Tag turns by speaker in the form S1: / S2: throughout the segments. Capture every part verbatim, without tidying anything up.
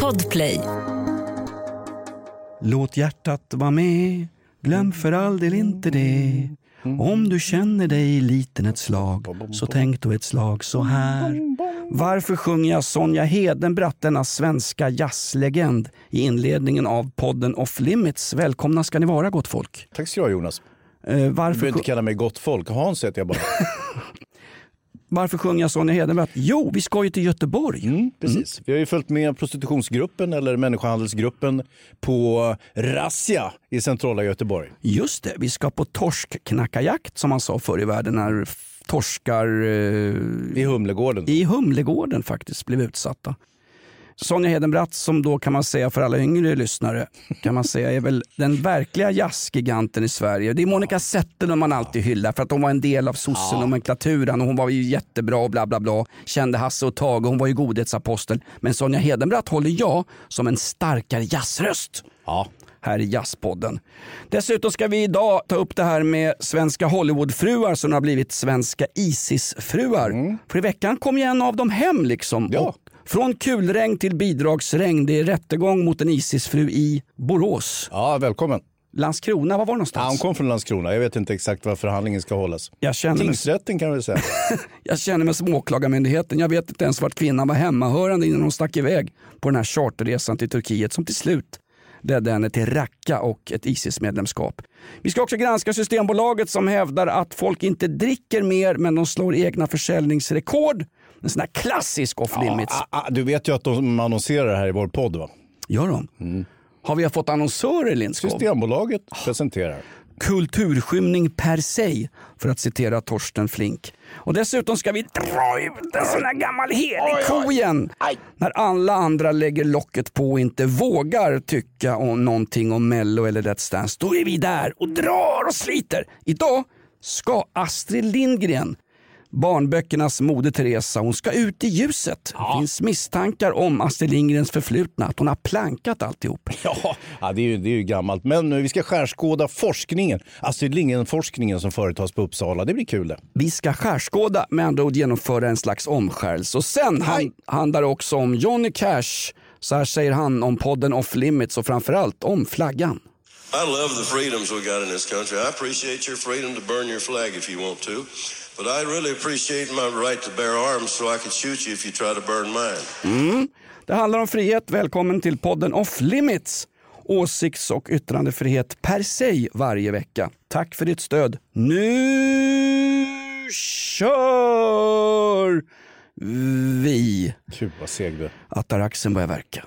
S1: Podplay.
S2: Låt hjärtat vara med, glöm för all del inte det. Om du känner dig liten ett slag, så tänk då ett slag så här. Varför sjunger jag Sonja Hedenbratt, denna svenska jazzlegend, i inledningen av podden Off Limits? Välkomna ska ni vara, gott folk.
S3: Tack ska du ha, Jonas.
S2: Uh, varför
S3: du behöver inte kalla mig gott folk. Hans heter jag bara.
S2: Varför sjunger jag Sonja Hedenbratt? Jo, vi ska ju till Göteborg.
S3: Mm, precis. Mm. Vi har ju följt med prostitutionsgruppen eller människohandelsgruppen på Razzia i centrala Göteborg.
S2: Just det, vi ska på torskknackarjakt som man sa förr i världen när torskar eh,
S3: i Humlegården.
S2: I Humlegården faktiskt blev utsatta. Sonja Hedenbratt, som då kan man säga för alla yngre lyssnare, kan man säga är väl den verkliga jazzgiganten i Sverige. Det är Monica Zetterlund man alltid hyllar för att hon var en del av sossen-nomenklaturan och hon var ju jättebra och bla bla bla. Kände Hasse och Tage, hon var ju godhetsapostel. Men Sonja Hedenbratt håller jag som en starkare jazzröst.
S3: Ja.
S2: Här i Jazzpodden. Dessutom ska vi idag ta upp det här med svenska Hollywoodfruar som har blivit svenska ISIS-fruar. Mm. För i veckan kom ju en av dem hem liksom.
S3: Ja.
S2: Och från kulregn till bidragsregn. Det är rättegång mot en ISIS-fru i Borås.
S3: Ja, välkommen.
S2: Landskrona, var var någonstans?
S3: Ja, hon kom från Landskrona. Jag vet inte exakt var förhandlingen ska hållas.
S2: Jag känner
S3: Tingsrätten kan vi säga.
S2: Jag känner mig som åklagarmyndigheten. Jag vet inte ens vart kvinnan var hemmahörande innan hon stack iväg på den här charterresan till Turkiet som till slut ledde henne till Raqqa och ett ISIS-medlemskap. Vi ska också granska Systembolaget som hävdar att folk inte dricker mer men de slår egna försäljningsrekord. En sån här klassisk off-limits.
S3: Ja, du vet ju att de annonserar det här i vår podd, va?
S2: Gör de? Mm. Har vi fått annonsörer, Lindskov?
S3: Systembolaget oh. presenterar.
S2: Kulturskymning per se, för att citera Torsten Flink. Och dessutom ska vi dra ut en sån här gammal helig ko igen. När alla andra lägger locket på och inte vågar tycka om någonting om Mello eller Let's Dance, då är vi där och drar och sliter. Idag ska Astrid Lindgren, barnböckernas moder Teresa, hon ska ut i ljuset. Ja. Det finns misstankar om Astrid Lindgrens förflutna, att hon har plankat alltihop.
S3: Ja, ja det, är ju, det är ju gammalt. Men vi ska skärskåda forskningen. Astrid Lindgren-forskningen som företas på Uppsala. Det blir kul det.
S2: Vi ska skärskåda, med andra ord genomföra en slags omskärelse. Och sen han, handlar det också om Johnny Cash. Så här säger han om podden Off Limits och framförallt om flaggan.
S4: I love the freedoms we got in this country. I appreciate your freedom to burn your flag if you want to. But I really appreciate my right to bear arms so I can shoot you if you try to burn mine.
S2: Mm. Det handlar om frihet. Välkommen till podden Off Limits. Åsikts- och yttrandefrihet per se varje vecka. Tack för ditt stöd. Nu kör vi.
S3: Gud vad seg du.
S2: Ataraxen börjar verka.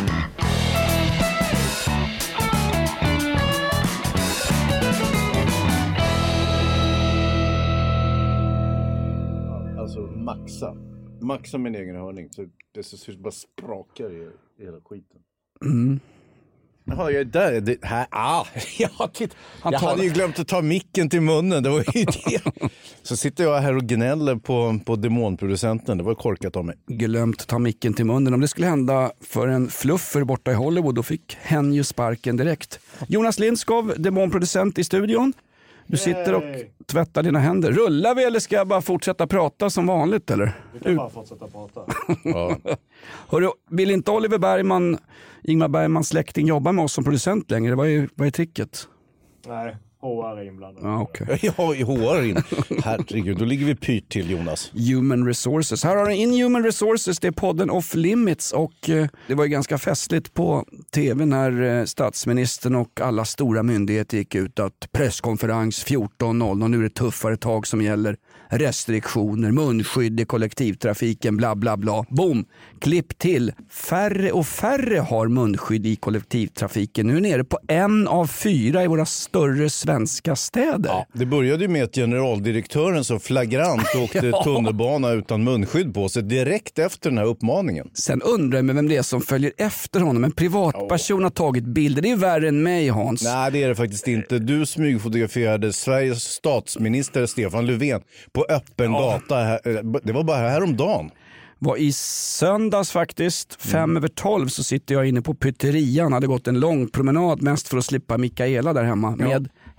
S3: Alltså maxa. Maxa min egen hörning. Så det ser bara sprakar i, i hela skiten.
S2: Mm.
S3: Jaha, jag är där. Det, här, ah, ja, titt. Jag hade ju glömt att ta micken till munnen. Det var ju det. Så sitter jag här och gnäller på, på demonproducenten. Det var korkat av mig.
S2: Glömt ta micken till munnen. Om det skulle hända för en fluffer borta i Hollywood, då fick hen ju sparken direkt. Jonas Lindskov, demonproducent i studion. Du sitter och tvättar dina händer. Rullar vi eller ska jag bara fortsätta prata som vanligt eller?
S5: Du kan bara fortsätta prata.
S2: Ja. Hörru, vill inte Oliver Bergman, Ingmar Bergmans släkting, jobba med oss som producent längre? Vad är, vad är tricket?
S5: Nej, H R är inblandad.
S2: Ja, okej.
S3: Ja, H R in. Herregud, då ligger vi pyrt till, Jonas.
S2: Human Resources. Här har du In Human Resources, det är podden Off Limits. Och eh, det var ju ganska festligt på tv när eh, statsministern och alla stora myndigheter gick ut att presskonferens fjorton noll noll, nu är det tuffare tag som gäller. Restriktioner, munskydd i kollektivtrafiken, bla bla bla. Boom! Klipp till. Färre och färre har munskydd i kollektivtrafiken. Nu är nere på en av fyra i våra större svenska städer.
S3: Ja, det började ju med att generaldirektören så flagrant åkte ja. tunnelbana utan munskydd på sig direkt efter den här uppmaningen.
S2: Sen undrar jag vem det är som följer efter honom. En privatperson har tagit bilder. Det är värre än mig, Hans.
S3: Nej, det är det faktiskt inte. Du smygfotograferade Sveriges statsminister Stefan Löfven på öppen ja. gata. Här. Det var bara häromdagen.
S2: Var i söndags faktiskt, fem mm. över tolv, så sitter jag inne på pytterian. Hade gått en lång promenad mest för att slippa Mikaela där hemma. Ja. Med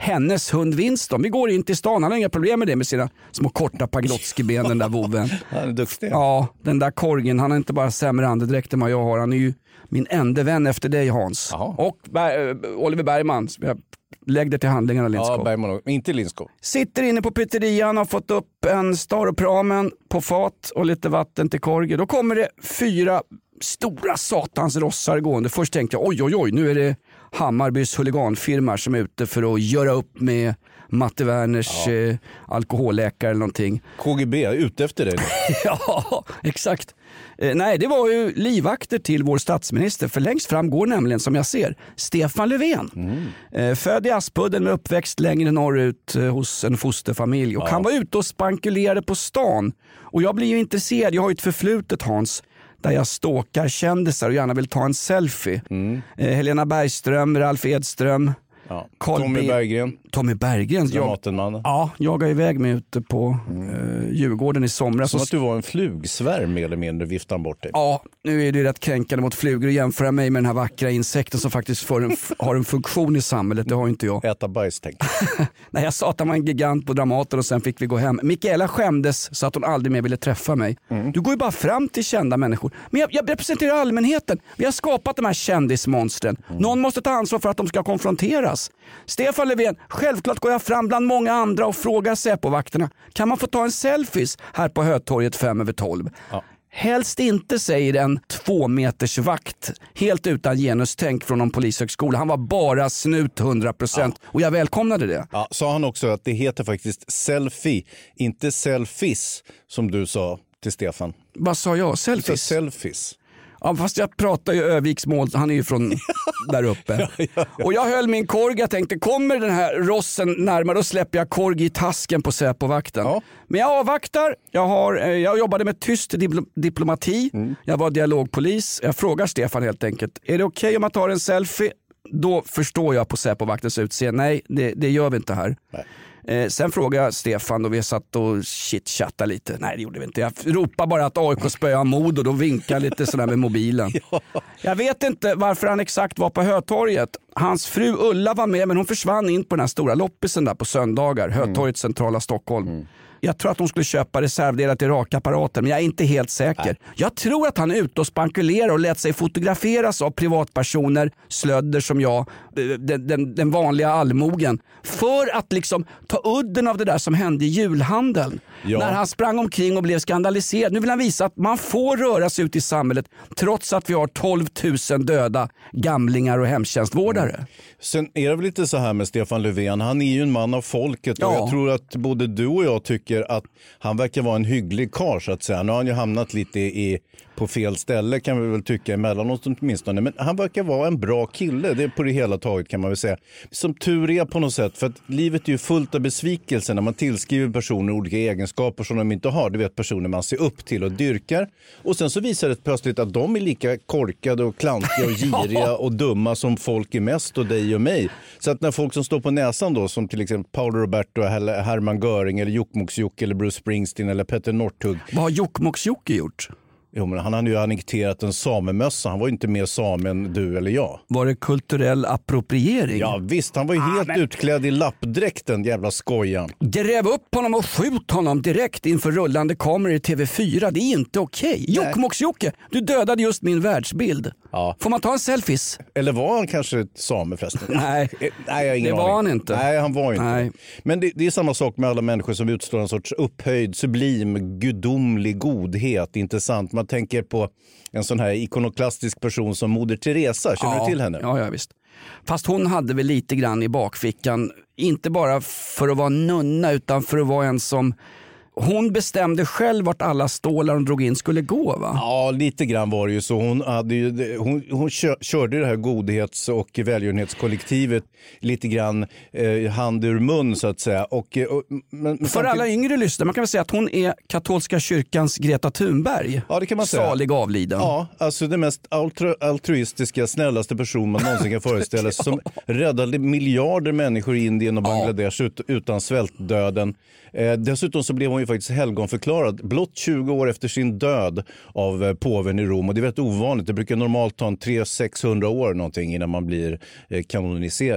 S2: hennes hund Winston. Vi går in till stan, han har inga problem med det med sina små korta Pagrotsky-ben, den där voven.
S3: Han är duktig.
S2: Ja, den där korgen, han har inte bara sämre andedräkt än vad jag har. Han är ju min enda vän efter dig, Hans.
S3: Jaha.
S2: Och Ber- Oliver Bergman, som jag lägger till handlingarna, Lindskov.
S3: Ja, Bergman, inte Lindskov.
S2: Sitter inne på pizzerian och har fått upp en Staropramen på fat och lite vatten till korgen. Då kommer det fyra stora satans rossar gående. Först tänkte jag, oj oj oj, nu är det Hammarbys huliganfirma som är ute för att göra upp med Matte Werners ja. eh, alkoholläkare eller någonting.
S3: K G B, ute efter dig.
S2: Ja, exakt. Eh, nej, det var ju livvakter till vår statsminister. För längst fram går nämligen, som jag ser, Stefan Löfven. Mm. Eh, född i Aspudden med uppväxt längre norrut eh, hos en fosterfamilj. Och ja. han var ute och spankulerade på stan. Och jag blir ju intresserad, jag har ju ett förflutet, Hans, där jag stalkar kändisar och gärna vill ta en selfie. Mm. Eh, Helena Bergström, Ralf Edström,
S3: ja. Tommy Berggren.
S2: Tommy Berggren.
S3: Dramatenmannen.
S2: Ja, jag är iväg med ute på mm. eh, Djurgården i somras.
S3: Som att du var en flugsvärm mer eller mindre, viftan bort dig.
S2: Ja, nu är det rätt kränkande mot flugor att jämföra mig med den här vackra insekten som faktiskt får en, har en funktion i samhället. Det har inte jag.
S3: Äta bajs, tänkte
S2: jag. Nej, jag sa att han var en gigant på Dramaten och sen fick vi gå hem. Mikaela skämdes så att hon aldrig mer ville träffa mig. Mm. Du går ju bara fram till kända människor. Men jag, jag representerar allmänheten. Vi har skapat de här kändismonstren. Mm. Någon måste ta ansvar för att de ska konfronteras. Stefan Löfven, självklart går jag fram bland många andra och frågar Säpo-vakterna. Kan man få ta en selfies här på Hötorget fem över tolv? Ja. Helst inte, säger en två meters vakt helt utan genustänk från någon polishögskola. Han var bara snut hundra procent ja. och jag välkomnade det.
S3: Ja, sa han också att det heter faktiskt selfie, inte selfies som du sa till Stefan.
S2: Vad sa jag? Selfies?
S3: Selfies.
S2: Ja, fast jag pratar ju Öviksmål, han är ju från där uppe. Ja, ja, ja. Och jag höll min korg, jag tänkte, kommer den här rossen närmare, då släpper jag korg i tasken på Säpovakten. Ja. Men jag avvaktar, jag, har, jag jobbade med tyst dipl- diplomati, mm. jag var dialogpolis. Jag frågar Stefan helt enkelt, är det okej okay om man tar en selfie? Då förstår jag på Säpovaktens utseende, nej det, det gör vi inte här. Nej. Eh, sen frågade jag Stefan och vi satt och chitchattade lite. Nej, det gjorde vi inte. Jag ropade bara att A I K spöade mod och då vinkade lite sådär med mobilen. Ja. Jag vet inte varför han exakt var på Hötorget. Hans fru Ulla var med, men hon försvann in på den här stora loppisen där på söndagar. Hötorget, centrala Stockholm. Mm. Jag tror att de skulle köpa reservdelar till rakapparater, men jag är inte helt säker. Nej. Jag tror att han är ute och spankulerar och lät sig fotograferas av privatpersoner, slödder som jag, den, den, den vanliga allmogen, för att liksom ta udden av det där som hände i julhandeln. Ja. När han sprang omkring och blev skandaliserad. Nu vill han visa att man får röra sig ut i samhället trots att vi har tolv tusen döda gamlingar och hemtjänstvårdare. Mm.
S3: Sen är det väl lite så här med Stefan Löfven. Han är ju en man av folket och ja. jag tror att både du och jag tycker att han verkar vara en hygglig karl, så att säga. Nu har han ju hamnat lite i, på fel ställe, kan vi väl tycka emellanåt åtminstone. Men han verkar vara en bra kille, det är på det hela taget, kan man väl säga. Som tur är på något sätt, för att livet är ju fullt av besvikelser när man tillskriver personer olika egenskaper som de inte har. Du vet, personer man ser upp till och dyrkar. Och sen så visar det plötsligt att de är lika korkade och klantiga och giriga och dumma som folk är mest, och dig och mig. Så att när folk som står på näsan då, som till exempel Paolo Roberto eller Hermann Göring eller Jokkmokks-Jocke eller Bruce Springsteen eller Petter Northug.
S2: Vad har Jokkmokks-Jocke gjort?
S3: Jo, men han hade ju annekterat en samemössa. Han var ju inte mer same än du eller jag.
S2: Var det kulturell appropriering?
S3: Ja visst, han var ju ah, helt men... utklädd i lappdräkten, jävla skojan.
S2: Gräv upp honom och skjut honom direkt inför rullande kameror i T V fyra. Det är inte okej. Okay. Jokkmokks-Jocke, du dödade just min världsbild. Ja. Får man ta en selfies?
S3: Eller var han kanske ett same förresten?
S2: Nej,
S3: Nej jag har ingen
S2: det
S3: aning.
S2: var han inte.
S3: Nej, han var inte.
S2: Nej.
S3: Men det, det är samma sak med alla människor som utstår en sorts upphöjd, sublim, gudomlig godhet. Intressant. Man tänker på en sån här ikonoklastisk person som Moder Teresa. Känner
S2: ja,
S3: du till henne?
S2: Ja, ja, visst. Fast hon hade väl lite grann i bakfickan, inte bara för att vara nunna utan för att vara en som... Hon bestämde själv vart alla stålar hon drog in skulle gå, va?
S3: Ja, lite grann var det ju så. Hon, hade ju, hon, hon kör, körde det här godhets- och välgörenhetskollektivet lite grann eh, hand ur mun, så att säga. Och, och, men,
S2: För samtidigt... alla yngre lyssnare, man kan väl säga att hon är katolska kyrkans Greta Thunberg.
S3: Ja, det kan man säga.
S2: Salig avliden.
S3: Ja, alltså det mest altru- altruistiska, snällaste person man någonsin kan föreställa sig. Som räddade miljarder människor i Indien och Bangladesh ja. ut, utan svältdöden. Eh, dessutom så blev hon ju faktiskt helgonförklarad blott tjugo år efter sin död av eh, påven i Rom. Och det är väldigt ovanligt. Det brukar normalt ta en tre till sexhundra år någonting innan man blir eh, kanoniserad.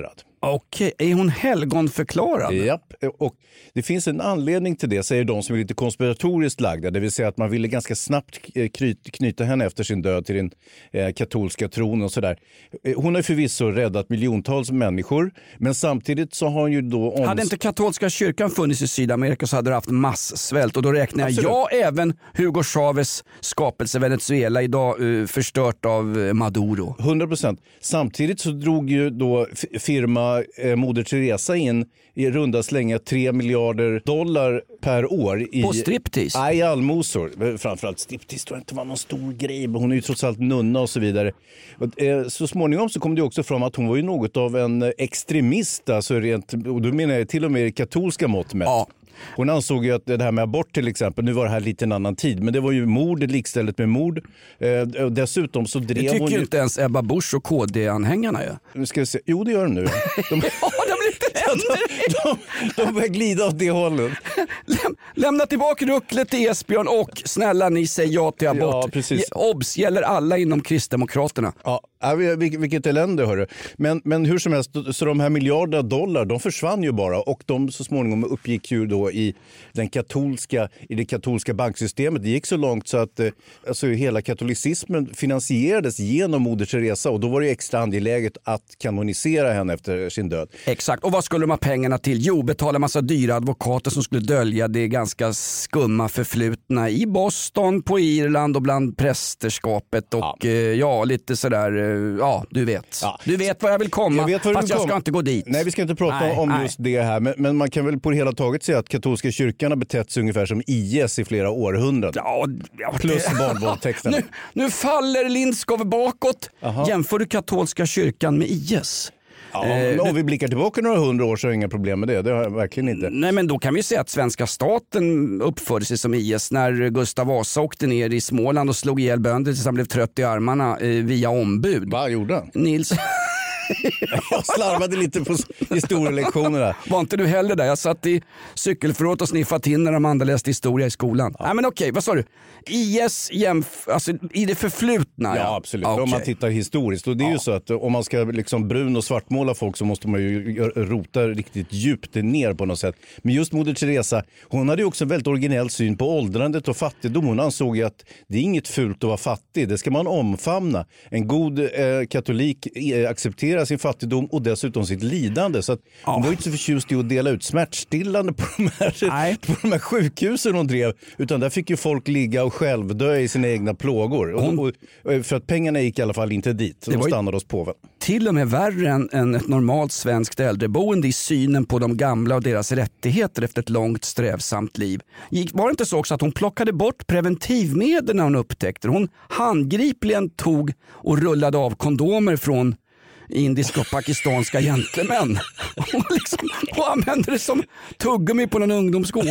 S2: Okej, är hon helgonförklarad?
S3: Japp, och det finns en anledning till det, säger de som är lite konspiratoriskt lagda. Det vill säga att man ville ganska snabbt knyta henne efter sin död till den eh, katolska tron och sådär. Hon har förvisso räddat miljontals människor, men samtidigt så har hon ju då... Om...
S2: Hade inte katolska kyrkan funnits i Sydamerika så hade det haft masssvält, och då räknar jag, ja, även Hugo Chávez skapelse Venezuela idag uh, förstört av Maduro.
S3: hundra procent. Samtidigt så drog ju då firma eh, Moder Teresa in i runda slänga tre miljarder dollar per år. I,
S2: på striptease?
S3: Nej, i allmosor. Framförallt striptease tror jag inte var någon stor grej. Hon är ju trots allt nunna och så vidare. Och, eh, så småningom så kom det också fram att hon var ju något av en extremist. Alltså rent, och då menar jag till och med katolska mått mätt.
S2: Ja.
S3: Hon ansåg ju att det här med abort till exempel, nu var det här lite en annan tid, men det var ju mord, likstället med mord. Eh, och dessutom så drev hon...
S2: Det tycker
S3: hon
S2: ju
S3: ju...
S2: inte ens Ebba Busch och K D-anhängarna ju.
S3: Nu ska vi se. Jo, det gör de nu. De...
S2: ja, de blir inte
S3: de, de, de börjar glida åt det hållet.
S2: Läm, lämna tillbaka rucklet till Esbjörn och snälla ni säger ja till abort.
S3: Ja, precis.
S2: Obs gäller alla inom Kristdemokraterna.
S3: Ja, vilket elände hörru. Men, men hur som helst, så de här miljarder dollar, de försvann ju bara, och de så småningom uppgick ju då i den katolska, i det katolska banksystemet. Det gick så långt så att alltså, hela katolicismen finansierades genom Moder Teresa, och då var det extra angeläget att kanonisera henne efter sin död.
S2: Exakt, och vad skulle de ha pengarna till? Jo, betala massa dyra advokater som skulle dölja det ganska skumma förflutna i Boston, på Irland och bland prästerskapet och ja, eh, ja lite sådär, eh, ja du vet. Ja. Du vet vad jag vill komma, jag vet vad fast jag kom. ska inte gå dit.
S3: Nej, vi ska inte prata
S2: nej,
S3: om
S2: nej.
S3: just det här, men, men man kan väl på det hela taget säga att katolska kyrkan har betett sig ungefär som I S i flera århundraden.
S2: Ja, ja,
S3: plus barnvåldtäkterna.
S2: nu, nu faller Lindskov bakåt. Aha. Jämför du katolska kyrkan med I S?
S3: Ja, eh, om vi blickar tillbaka några hundra år så har jag inga problem med det. Det har jag verkligen inte.
S2: Nej, men då kan vi säga att svenska staten uppförde sig som I S när Gustav Vasa åkte ner i Småland och slog ihjäl bönder tills han blev trött i armarna eh, via ombud.
S3: Vad gjorde han?
S2: Nils...
S3: Jag slarvade lite på historielektionerna.
S2: Var inte du heller där? Jag satt i cykelförrådet och sniffade till när de andra läste historia i skolan. Ja. Nej, men okej, vad sa du? I S jämf- alltså i det förflutna?
S3: Ja, ja. absolut.
S2: Okay.
S3: Om man tittar historiskt. Och det är ja. ju så att om man ska liksom brun- och svartmåla folk så måste man ju rota riktigt djupt ner på något sätt. Men just Moder Teresa, hon hade ju också en väldigt originell syn på åldrandet och fattigdom. Hon ansåg ju att det är inget fult att vara fattig. Det ska man omfamna. En god eh, katolik eh, accepterar sin fattigdom och dessutom sitt lidande. Så att ja. hon var inte så förtjust i att dela ut smärtstillande på de, här, på de här sjukhusen hon drev. Utan där fick ju folk ligga och självdö i sina egna plågor. Hon, och, och, för att pengarna gick i alla fall inte dit. De stannade hos påven.
S2: Till och med värre än, än ett normalt svenskt äldreboende i synen på de gamla och deras rättigheter efter ett långt strävsamt liv. Gick, var det inte så också att hon plockade bort preventivmedel när hon upptäckte det? Hon handgripligen tog och rullade av kondomer från indiska och pakistanska gentlemän och, liksom, och använde det som tuggummi på någon ungdomsgård.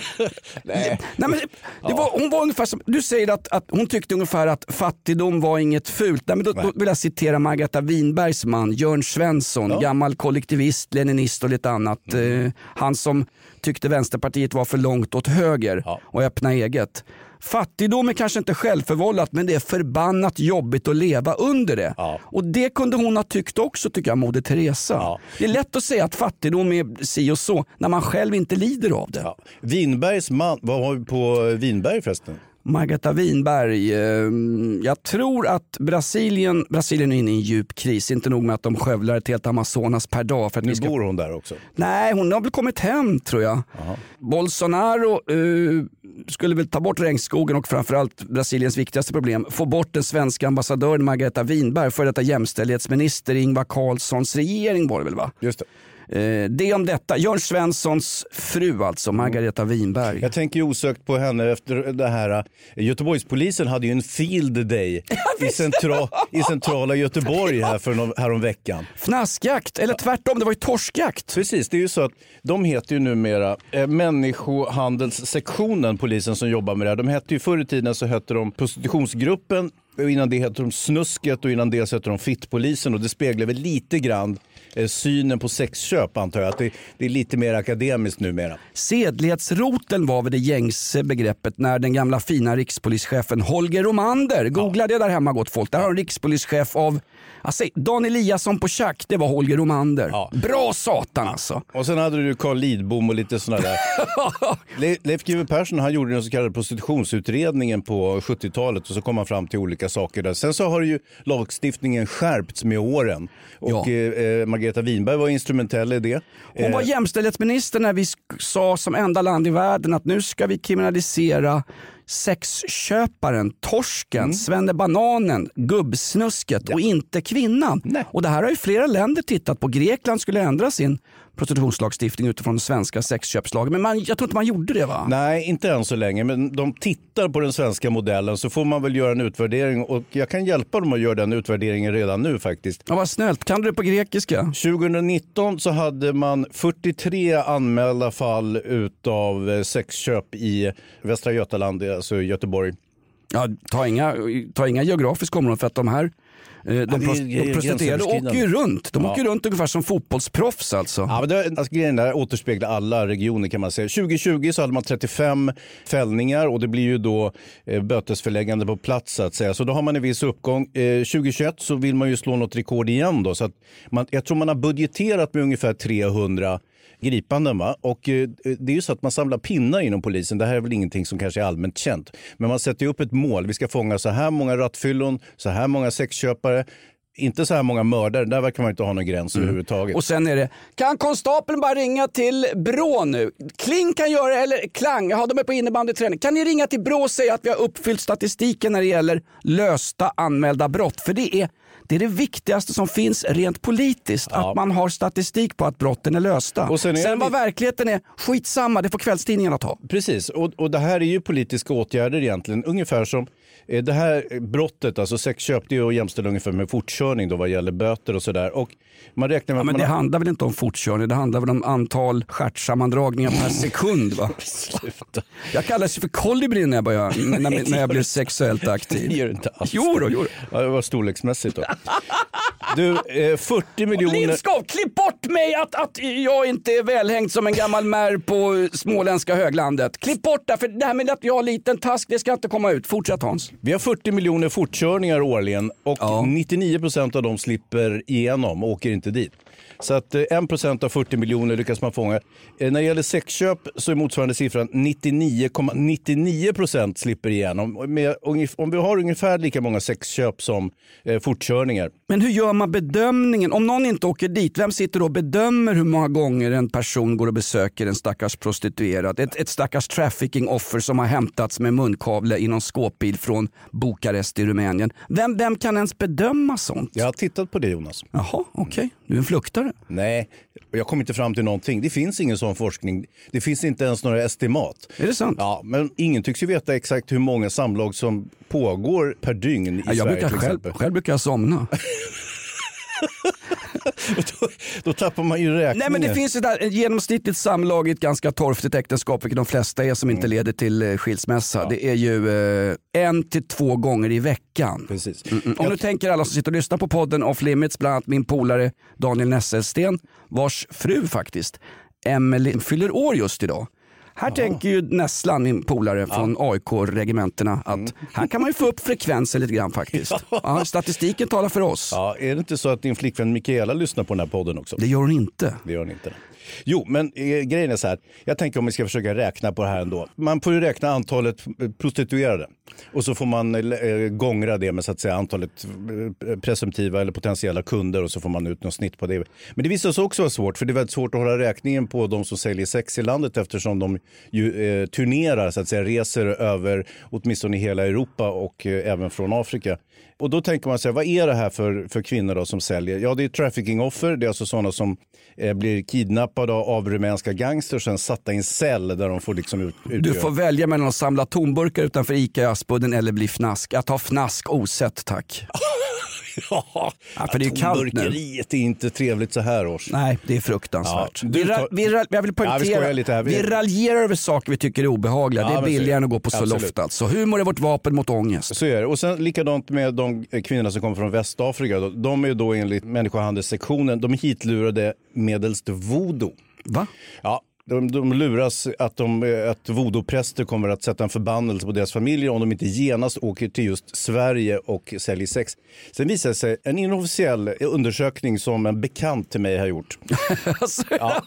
S2: Nej. Nej, men det var, hon var ungefär som, du säger att, att hon tyckte ungefär att fattigdom var inget fult. Nej, men då, då vill jag citera Margareta Winbergs man, Jörn Svensson, ja. gammal kollektivist, leninist och lite annat. Mm. Eh, han som tyckte Vänsterpartiet var för långt åt höger ja. och öppna eget. Fattigdom är kanske inte självförvållat, men det är förbannat jobbigt att leva under det. Ja. Och det kunde hon ha tyckt också, tycker jag, Moder Teresa. Ja. Det är lätt att säga att fattigdom är si och så när man själv inte lider av det. Ja.
S3: Winbergs man, vad har vi på Winberg förresten?
S2: Margareta Winberg, eh, jag tror att Brasilien, Brasilien är inne i en djup kris. Inte nog med att de skövlar ett helt Amazonas per dag. För att
S3: nu
S2: vi ska...
S3: bor hon där också?
S2: Nej, hon har väl kommit hem tror jag. Aha. Bolsonaro eh, skulle väl ta bort regnskogen och framförallt Brasiliens viktigaste problem, få bort den svenska ambassadören Margareta Winberg för detta jämställdhetsminister i Ingvar Carlssons regering var det väl va? Just det. Det om detta. Jörn Svenssons fru alltså, Margareta Winberg.
S3: Jag tänker osökt på henne efter det här. Göteborgspolisen hade ju en field day i, centra, i centrala Göteborg här för någon, här om veckan.
S2: Fnaskjakt, eller tvärtom, det var ju torskjakt.
S3: Precis, det är ju så att de heter ju numera eh, människohandelssektionen, polisen som jobbar med det här. De hette ju förr i tiden så hette de prostitutionsgruppen. innan det heter de Snusket och innan det heter de Fittpolisen, och det speglar väl lite grann eh, synen på sexköp, antar jag, att det, det är lite mer akademiskt numera.
S2: Sedlighetsroten var väl det gängse begreppet när den gamla fina rikspolischefen Holger Romander, googla det där hemma gott folk, där har en rikspolischef av alltså, Dan Eliasson på Schack, det var Holger Romander. Ja. Bra satan alltså.
S3: Och sen hade du Carl Lidbom och lite sådana där. Le- Leif G W Persson, han gjorde den så kallade prostitutionsutredningen på sjuttiotalet och så kom han fram till olika saker där. Sen så har ju lagstiftningen skärpts med åren. Och ja. eh, Margareta Winberg var instrumentell i det.
S2: Hon var jämställdhetsminister när vi sa som enda land i världen att nu ska vi kriminalisera sexköparen, torsken, mm. svennebananen, gubbsnusket ja. och inte kvinnan. Nej. Och det här har ju flera länder tittat på. Grekland skulle ändra sin prostitutionslagstiftning utifrån den svenska sexköpslagen. Men man, jag tror inte man gjorde det, va?
S3: Nej, inte än så länge. Men de tittar på den svenska modellen, så får man väl göra en utvärdering. Och jag kan hjälpa dem att göra den utvärderingen redan nu faktiskt.
S2: Ja, vad snällt. Kan du det på grekiska?
S3: tjugonitton så hade man fyrtiotre anmälda fall utav sexköp i Västra Götaland, alltså Göteborg.
S2: Ja, ta inga, ta inga geografiska områden, för att de här de, ja, prost- de prostituerade åker ju runt. De ja. åker runt ungefär som fotbollsproffs alltså.
S3: Ja, men det, alltså, grejen där återspeglar alla regioner kan man säga. tjugo tjugo så hade man trettiofem fällningar och det blir ju då eh, bötesförläggande på plats så att säga. Så då har man en viss uppgång. Eh, tjugo tjugoett så vill man ju slå något rekord igen då. Så att man, jag tror man har budgeterat med ungefär trehundra gripanden, va? Och eh, det är ju så att man samlar pinnar inom polisen. Det här är väl ingenting som kanske är allmänt känt. Men man sätter ju upp ett mål. Vi ska fånga så här många rattfyllon, så här många sexköpare. Inte så här många mördare, där verkar man inte ha någon gräns mm. överhuvudtaget.
S2: Och sen är det, kan konstapeln bara ringa till Brå nu? Kling kan göra, eller Klang, jag har dem på innebandyträning. Kan ni ringa till Brå och säga att vi har uppfyllt statistiken när det gäller lösta anmälda brott? För det är det, är det viktigaste som finns rent politiskt, ja. att man har statistik på att brotten är lösta. Och sen är sen vad det... verkligheten är, skitsamma, det får kvällstidningarna ta.
S3: Precis, och, och det här är ju politiska åtgärder egentligen, ungefär som det här brottet, alltså sexköp, det är ju jämställt ungefär med fortkörning då vad gäller böter och sådär. Och man räknar med
S2: ja, men
S3: man
S2: det
S3: har...
S2: handlar väl inte om fortkörning, det handlar väl om antal stjärtsammandragningar per sekund, va?
S3: Sluta.
S2: Jag kallas för kolibri när jag, börjar, när, när jag blir sexuellt aktiv.
S3: Det gör det inte alls.
S2: Jo då, jo då.
S3: Ja, det var storleksmässigt då. Du, eh, fyrtio miljoner...
S2: Lindskov, klipp bort mig att, att jag inte är välhängd som en gammal mär på småländska höglandet. Klipp bort det, för det här med att jag har liten task, det ska inte komma ut. Fortsätt, Hans.
S3: Vi har fyrtio miljoner fortkörningar årligen och ja. nittionio procent av dem slipper igenom och åker inte dit. Så att en procent av fyrtio miljoner lyckas man fånga. När det gäller sexköp så är motsvarande siffran nittionio komma nittionio procent slipper igenom. Med, om vi har ungefär lika många sexköp som eh, fortkörningar.
S2: Men hur gör man bedömningen? Om någon inte åker dit, vem sitter då och bedömer hur många gånger en person går och besöker en stackars prostituerad? Ett, ett stackars trafficking-offer som har hämtats med munkavle i någon skåpbil från Bukarest i Rumänien. Vem, vem kan ens bedöma sånt?
S3: Jag har tittat på det, Jonas.
S2: Jaha, okej. Okay. Du är en fluktare.
S3: Nej, jag kom inte fram till någonting. Det finns ingen sån forskning. Det finns inte ens några estimat.
S2: Är det sant?
S3: Ja, men ingen tycks ju veta exakt hur många samlag som pågår per dygn i
S2: ja, jag
S3: Sverige
S2: brukar
S3: till
S2: själv,
S3: exempel.
S2: själv brukar jag somna.
S3: då, då tappar man ju räkningen.
S2: Nej, men det finns ju där ett genomsnittligt samlag i ett ganska torftigt äktenskap, vilket de flesta är som inte mm. leder till eh, skilsmässa. Ja. Det är ju eh, en till två gånger i veckan.
S3: Precis.
S2: Mm, mm. Om jag... du tänker alla som sitter och lyssnar på podden Off Limits, bland annat min polare Daniel Nesselsten, vars fru faktiskt, Emily, fyller år just idag. Här Aha. tänker ju Nässlan, min polare ja. från A I K-regementerna, att mm. här kan man ju få upp frekvensen lite grann faktiskt. Ja. Ja, statistiken talar för oss.
S3: Ja, är det inte så att din flickvän Mikaela lyssnar på den här podden också?
S2: Det gör hon inte.
S3: Det gör hon inte. Jo, men eh, grejen är så här. Jag tänker om vi ska försöka räkna på det här ändå. Man får ju räkna antalet prostituerade. Och så får man eh, gångra det med så att säga antalet presumtiva eller potentiella kunder och så får man ut något snitt på det. Men det visar sig också vara svårt, för det är väldigt svårt att hålla räkningen på de som säljer sex i landet eftersom de ju eh, turnerar, så att säga, reser över åtminstone i hela Europa och eh, även från Afrika. Och då tänker man sig, vad är det här för, för kvinnor då som säljer? Ja, det är trafficking-offer. Det är alltså sådana som eh, blir kidnappade av rumänska gangsters och sen satta i en cell där de får liksom ut, ut
S2: Du får välja mellan att samla tomburkar utanför Ica i Aspudden eller bli fnask. Att ha fnask osett, tack.
S3: Ja,
S2: ja, för det är kallt nu.
S3: Mörkeriet är inte trevligt så här års.
S2: Nej, det är fruktansvärt.
S3: Ja,
S2: vi, ra- vi, ra- jag vill poängtera, ja, vi, vi, vi raljerar över saker vi tycker är obehagliga. Ja, det är billigare än att gå på så loft alltså. Humor är vårt vapen mot ångest.
S3: Så är det. Och sen likadant med de kvinnorna som kommer från Västafrika. De är då enligt människohandelssektionen, de är hitlurade medelst voodoo.
S2: Va?
S3: Ja. De, de luras att, de, att voodoo-präster kommer att sätta en förbannelse på deras familjer om de inte genast åker till just Sverige och säljer sex. Sen visar sig en inofficiell undersökning som en bekant till mig har gjort.
S2: Alltså, ja.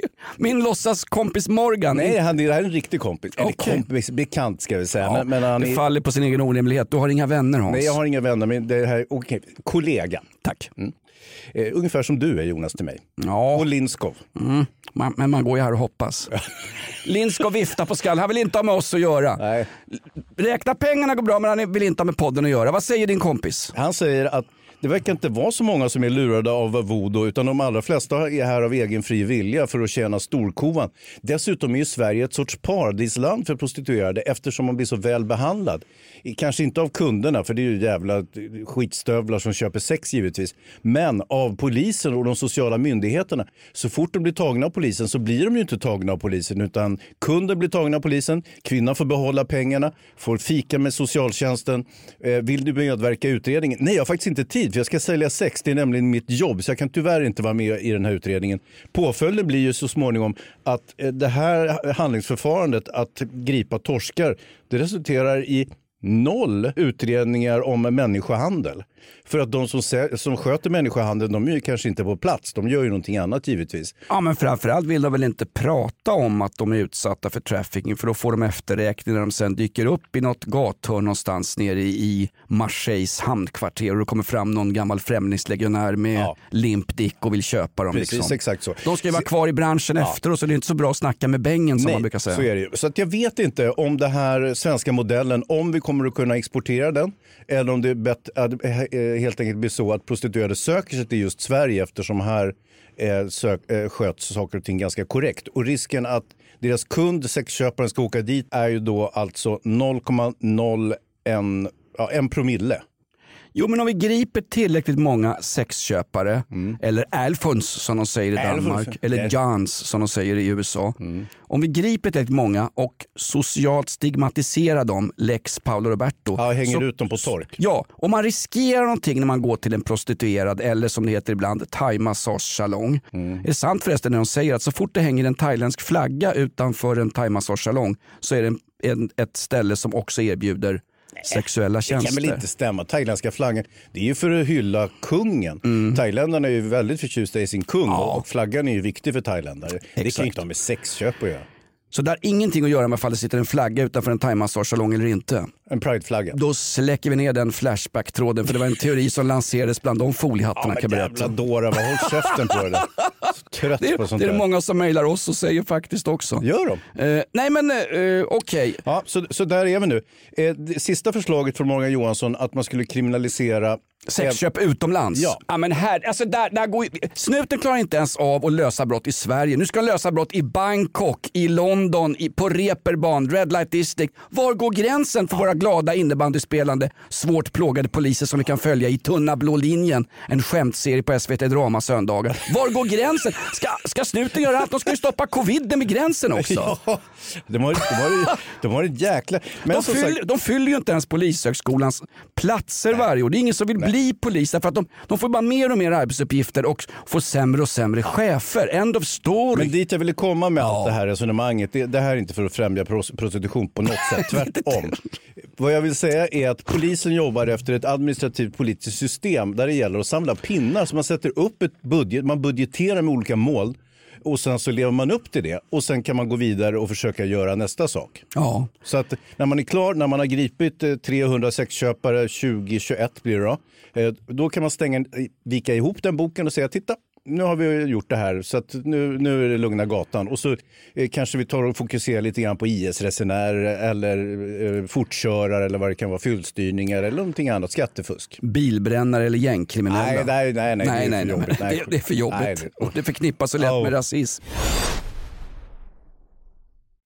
S2: Min låtsas kompis Morgan.
S3: Nej, han, det här är en riktig kompis.
S2: Okay.
S3: Eller kompis, bekant ska vi säga.
S2: Ja,
S3: men, men han
S2: det
S3: är...
S2: faller på sin egen orimlighet. Du har inga vänner, Hans.
S3: Nej, jag har inga vänner, men det här är okay. Kollega.
S2: Tack.
S3: Mm. Eh, ungefär som du är, Jonas, till mig.
S2: Ja.
S3: Och Lindskov.
S2: Mm. Man, men man går ju här och hoppas. Lindskov viftar på skall. Han vill inte ha med oss att göra.
S3: Nej.
S2: Räkna pengarna går bra, men han vill inte ha med podden att göra. Vad säger din kompis?
S3: Han säger att det verkar inte vara så många som är lurade av voodoo, utan de allra flesta är här av egen fri vilja för att tjäna storkovan. Dessutom är ju Sverige ett sorts paradisland för prostituerade eftersom man blir så väl behandlad. Kanske inte av kunderna, för det är ju jävla skitstövlar som köper sex givetvis, men av polisen och de sociala myndigheterna. Så fort de blir tagna av polisen så blir de ju inte tagna av polisen, utan kunden blir tagna av polisen, kvinnan får behålla pengarna, får fika med socialtjänsten. Eh, vill du medverka i utredningen? Nej, jag har faktiskt inte tid, för jag ska sälja sex, det är nämligen mitt jobb, så jag kan tyvärr inte vara med i den här utredningen. Påföljden blir ju så småningom att eh, det här handlingsförfarandet att gripa torskar, det resulterar i noll utredningar om människohandel. För att de som, som sköter människohandel, de är ju kanske inte på plats. De gör ju någonting annat givetvis.
S2: Ja, men framförallt vill de väl inte prata om att de är utsatta för trafficking, för då får de efterräkning när de sen dyker upp i något gathörn någonstans nere i Marseilles hamnkvarter och det kommer fram någon gammal främlingslegionär med ja. limp dick och vill köpa dem.
S3: Precis,
S2: liksom.
S3: Exakt så.
S2: De ska ju vara kvar i branschen ja. efter och så det är inte så bra att snacka med bängen som
S3: Nej,
S2: man brukar säga.
S3: Så är det ju. Så att jag vet inte om det här svenska modellen, om vi kommer att kunna exportera den eller om det är bett, äh, helt enkelt blir så att prostituerade söker sig till just Sverige eftersom här eh, sök, eh, sköts saker och ting ganska korrekt. Och risken att deras kund, sexköparen, ska åka dit är ju då alltså noll komma noll ett ja, en promille.
S2: Jo, men om vi griper tillräckligt många sexköpare mm. eller Alfons som de säger i Danmark Alfons. eller yes. Jans som de säger i U S A. Mm. Om vi griper tillräckligt många och socialt stigmatiserar dem, Lex Paolo Roberto.
S3: Ja, hänger
S2: så,
S3: ut dem på tork.
S2: Ja, om man riskerar någonting när man går till en prostituerad eller som det heter ibland thai-massagesalong. Mm. Är det sant förresten när de säger att så fort det hänger en thailändsk flagga utanför en thai-massagesalong så är det en, en, ett ställe som också erbjuder sexuella tjänster.
S3: Det kan väl inte stämma. Thailändska flaggan, det är ju för att hylla kungen. Mm. Thailändarna är ju väldigt förtjusta i sin kung ja. och flaggan är ju viktig för thailändare. Exakt. Det kan ju inte ha med sexköp att göra.
S2: Så det har ingenting att göra med om det sitter en flagga utanför en thai-massagesalong eller inte.
S3: En prideflagga.
S2: Då släcker vi ner den flashback-tråden för det var en teori som lanserades bland de foliehattarna ja, kan jag berätta.
S3: Jävla dåra, vad håll käften på det där. Trött
S2: det,
S3: på sånt
S2: det är det
S3: där.
S2: många som mejlar oss och säger faktiskt också.
S3: Gör de?
S2: Uh, nej men uh, okej. Okay.
S3: Ja, så, så där är vi nu. Eh, det sista förslaget från Morgan Johansson att man skulle kriminalisera
S2: sexköp eh, utomlands.
S3: Ja.
S2: ja men här, alltså där, där går ju, snuten klarar inte ens av att lösa brott i Sverige. Nu ska han lösa brott i Bangkok, i London, i, på Reeperbahn, Red Light District. Var går gränsen för ja. våra glada innebandyspelande, svårt plågade poliser som vi kan följa i Tunna blå linjen, en skämtserie på S V T Drama söndagar. Var går gränsen? Ska, ska snuten göra allt? De ska ju stoppa coviden vid gränsen också.
S3: Ja, de har, de har, de har ett jäkla... Men
S2: de, fyll,
S3: sagt...
S2: de fyller ju inte ens polishögskolans platser Nej. varje år. Det är ingen som vill Nej. bli polis för att de, de får bara mer och mer arbetsuppgifter och får sämre och sämre chefer. End of story.
S3: Men dit jag ville komma med ja. allt det här resonemanget, det, det här är inte för att främja prostitution på något sätt, tvärtom. Vad jag vill säga är att polisen jobbar efter ett administrativt politiskt system där det gäller att samla pinnar, så man sätter upp ett budget, man budgeterar med olika mål och sen så lever man upp till det och sen kan man gå vidare och försöka göra nästa sak.
S2: Ja.
S3: Så att när man är klar, när man har gripit trehundra sexköpare tjugo tjugoett blir det då, då kan man stänga, vika ihop den boken och säga titta, nu har vi gjort det här så att nu, nu är det lugna gatan och så eh, kanske vi tar och fokuserar lite grann på I S-resenärer eller eh, fortkörare eller vad det kan vara, fyllstyrningar eller någonting annat, skattefusk.
S2: Bilbrännare eller gängkriminella.
S3: Nej, nej, nej, nej,
S2: nej,
S3: det, är
S2: nej, nej, nej. Det, det är för jobbigt nej, det... och det förknippas så lätt oh. med rasism.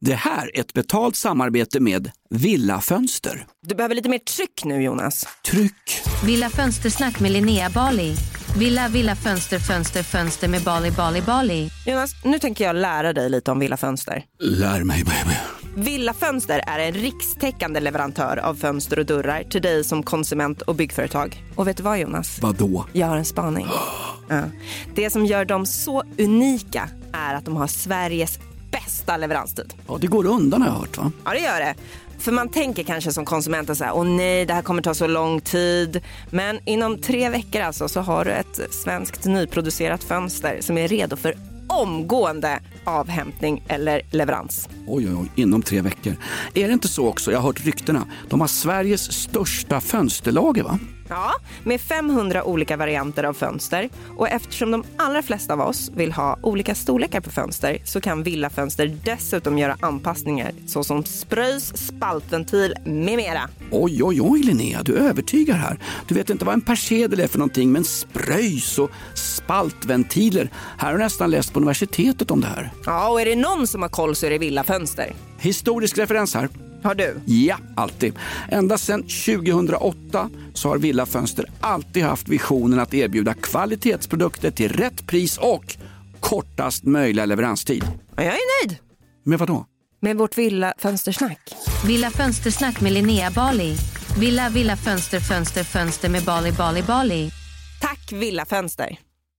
S2: Det här är ett betalt samarbete med Villa Fönster.
S1: Du behöver lite mer tryck nu, Jonas.
S2: Tryck!
S6: Villa Fönstersnack med Linnea Bali. Villa, Villa Fönster, Fönster, Fönster med Bali, Bali, Bali.
S1: Jonas, nu tänker jag lära dig lite om Villa Fönster.
S2: Lär mig, baby.
S1: Villa Fönster är en rikstäckande leverantör av fönster och dörrar till dig som konsument och byggföretag. Och vet du vad, Jonas?
S2: Vadå?
S1: Jag har en spaning. Ja. Det som gör dem så unika är att de har Sveriges bästa leveranstid.
S2: Ja, det går undan har jag hört, va?
S1: Ja, det gör det. För man tänker kanske som konsument så här, åh nej, det här kommer ta så lång tid. Men inom tre veckor alltså så har du ett svenskt nyproducerat fönster som är redo för omgående avhämtning eller leverans.
S2: Oj, oj, oj, inom tre veckor. Är det inte så också, jag har hört ryktena, de har Sveriges största fönsterlager, va?
S1: Ja, med femhundra olika varianter av fönster. Och eftersom de allra flesta av oss vill ha olika storlekar på fönster så kan Villa Fönster dessutom göra anpassningar såsom spröjs, spaltventil med mera.
S2: Oj, oj, oj, Linnea, du övertygar här. Du vet inte vad en persedel är för någonting, men spröjs och spaltventiler. Här har jag nästan läst på universitetet om det här.
S1: Ja, och är det någon som har koll så är det Villa Fönster.
S2: Historisk referens här.
S1: Har du?
S2: Ja, alltid. Ända sedan tjugohundraåtta så har Villa Fönster alltid haft visionen att erbjuda kvalitetsprodukter till rätt pris och kortast möjliga leveranstid.
S1: Ja, jag är nöjd.
S2: Med vad då?
S1: Med vårt Villa Fönstersnack.
S6: Villa Fönstersnack med Linnea Bali. Villa, Villa Fönster, Fönster, Fönster med Bali, Bali, Bali.
S1: Tack Villa Fönster.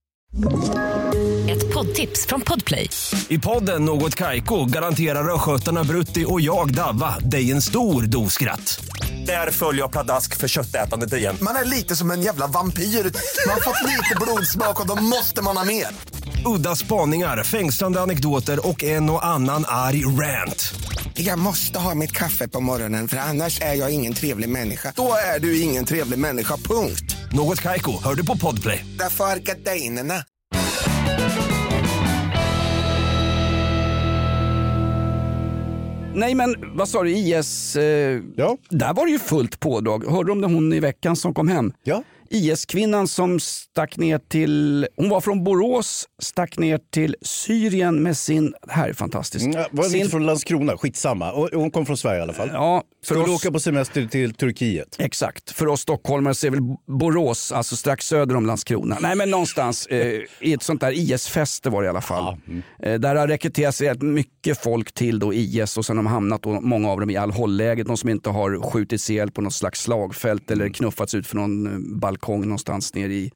S7: Ett poddtips från Podplay.
S8: I podden Något Kaiko garanterar röskötarna Brutti och jag Davva dig en stor doskratt. Där följer jag pladask för köttätandet igen.
S9: Man är lite som en jävla vampyr. Man har fått lite blodsmak och då måste man ha mer.
S8: Udda spaningar, fängslande anekdoter och en och annan arg rant.
S9: Jag måste ha mitt kaffe på morgonen för annars är jag ingen trevlig människa. Då är du ingen trevlig människa, punkt.
S8: Något Kaiko, hör du på Podplay.
S9: Därför är gardinerna.
S2: Nej, men vad sa du, I S? Eh,
S3: Ja.
S2: Där var det ju fullt pådrag. Hörde du om det hon i veckan som kom hem?
S3: Ja.
S2: I S-kvinnan som stack ner till, hon var från Borås, stack ner till Syrien med sin, det här är fantastiskt.
S3: Mm, var
S2: sin,
S3: inte från Landskrona, skitsamma. Och hon kom från Sverige i alla fall.
S2: Ja, för
S3: Skulle
S2: oss,
S3: åka på semester till Turkiet.
S2: exakt, för oss stockholmare så är väl Borås, alltså strax söder om Landskrona. Nej, men någonstans eh, i ett sånt där I S-fäste var det i alla fall. Ja. Mm. Eh, där har rekryterats rätt mycket folk till då I S och sen har de hamnat då, många av dem i Al-Hol-läget, de som inte har skjutits ihjäl på något slags slagfält eller knuffats ut från någon balkong någonstans ner i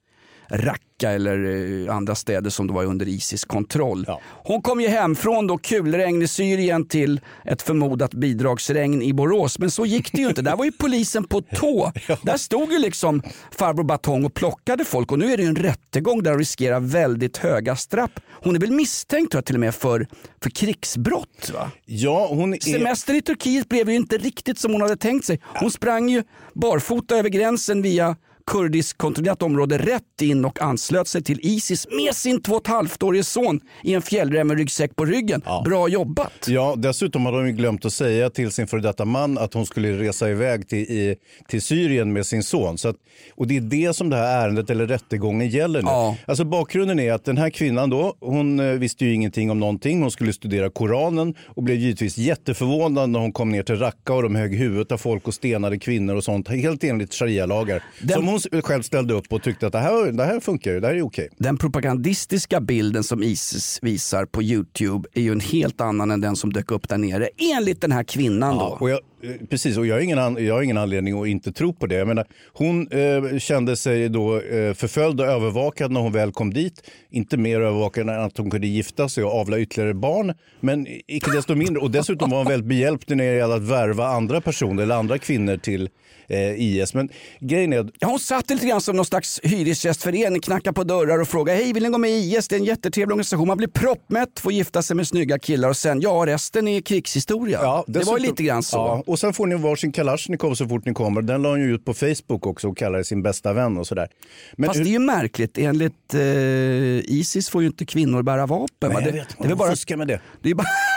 S2: Raqqa eller eh, andra städer som då var under Isis kontroll. Ja. Hon kom ju hem från då kulregn i Syrien till ett förmodat bidragsregn i Borås, men så gick det ju inte. Där var ju polisen på tå. Ja. Där stod ju liksom farbror Batong och plockade folk och nu är det ju en rättegång där hon riskerar väldigt höga straff. Hon är väl misstänkt tror jag, till och med för, för krigsbrott, va?
S3: Ja, hon är...
S2: Semestern i Turkiet blev ju inte riktigt som hon hade tänkt sig. Hon sprang ju barfota över gränsen via kurdisk kontrollerat område rätt in och anslöt sig till Isis med sin två och ett halvt-årige son i en fjällräven ryggsäck på ryggen. Ja. Bra jobbat!
S3: Ja, dessutom hade de ju glömt att säga till sin före detta man att hon skulle resa iväg till, i, till Syrien med sin son. Så att, och det är det som det här ärendet eller rättegången gäller nu. Ja. Alltså bakgrunden är att den här kvinnan då, hon eh, visste ju ingenting om någonting. Hon skulle studera Koranen och blev givetvis jätteförvånad när hon kom ner till Raqqa och de högg huvudet av folk och stenade kvinnor och sånt. Helt enligt sharia-lagar. Den... Som hon själv ställde upp och tyckte att det här, det här funkar ju, det här är okej.
S2: Den propagandistiska bilden som Isis visar på YouTube är ju en helt annan än den som dök upp där nere, enligt den här kvinnan
S3: ja,
S2: då.
S3: Och jag, precis, och jag har, ingen, jag har ingen anledning att inte tro på det. Jag menar, hon eh, kände sig då eh, förföljd och övervakad när hon väl kom dit. Inte mer övervakad än att hon kunde gifta sig och avla ytterligare barn. Men icke desto mindre. Och dessutom var hon väldigt behjälpt när det gällde att värva andra personer eller andra kvinnor till eh, I S. Men grejen är...
S2: Ja, hon satt lite grann som någon slags hyresgästförening, knackade på dörrar och frågade hej, vill ni gå med i I S? Det är en jättetrevlig organisation. Man blir proppmätt, får gifta sig med snygga killar och sen, ja, resten är krigshistoria. Ja, dessutom, det var lite grann så. Ja,
S3: och sen får ni varsin Kalashnikov så fort ni kommer. Den la hon ju ut på Facebook också och kallade sin bästa vän och sådär. Men
S2: fast
S3: hur...
S2: det är ju märkligt. Enligt eh, Isis får ju inte kvinnor bära vapen.
S3: Nej,
S2: det,
S3: jag vet.
S2: Det är bara
S3: fuska med det.
S2: Det är bara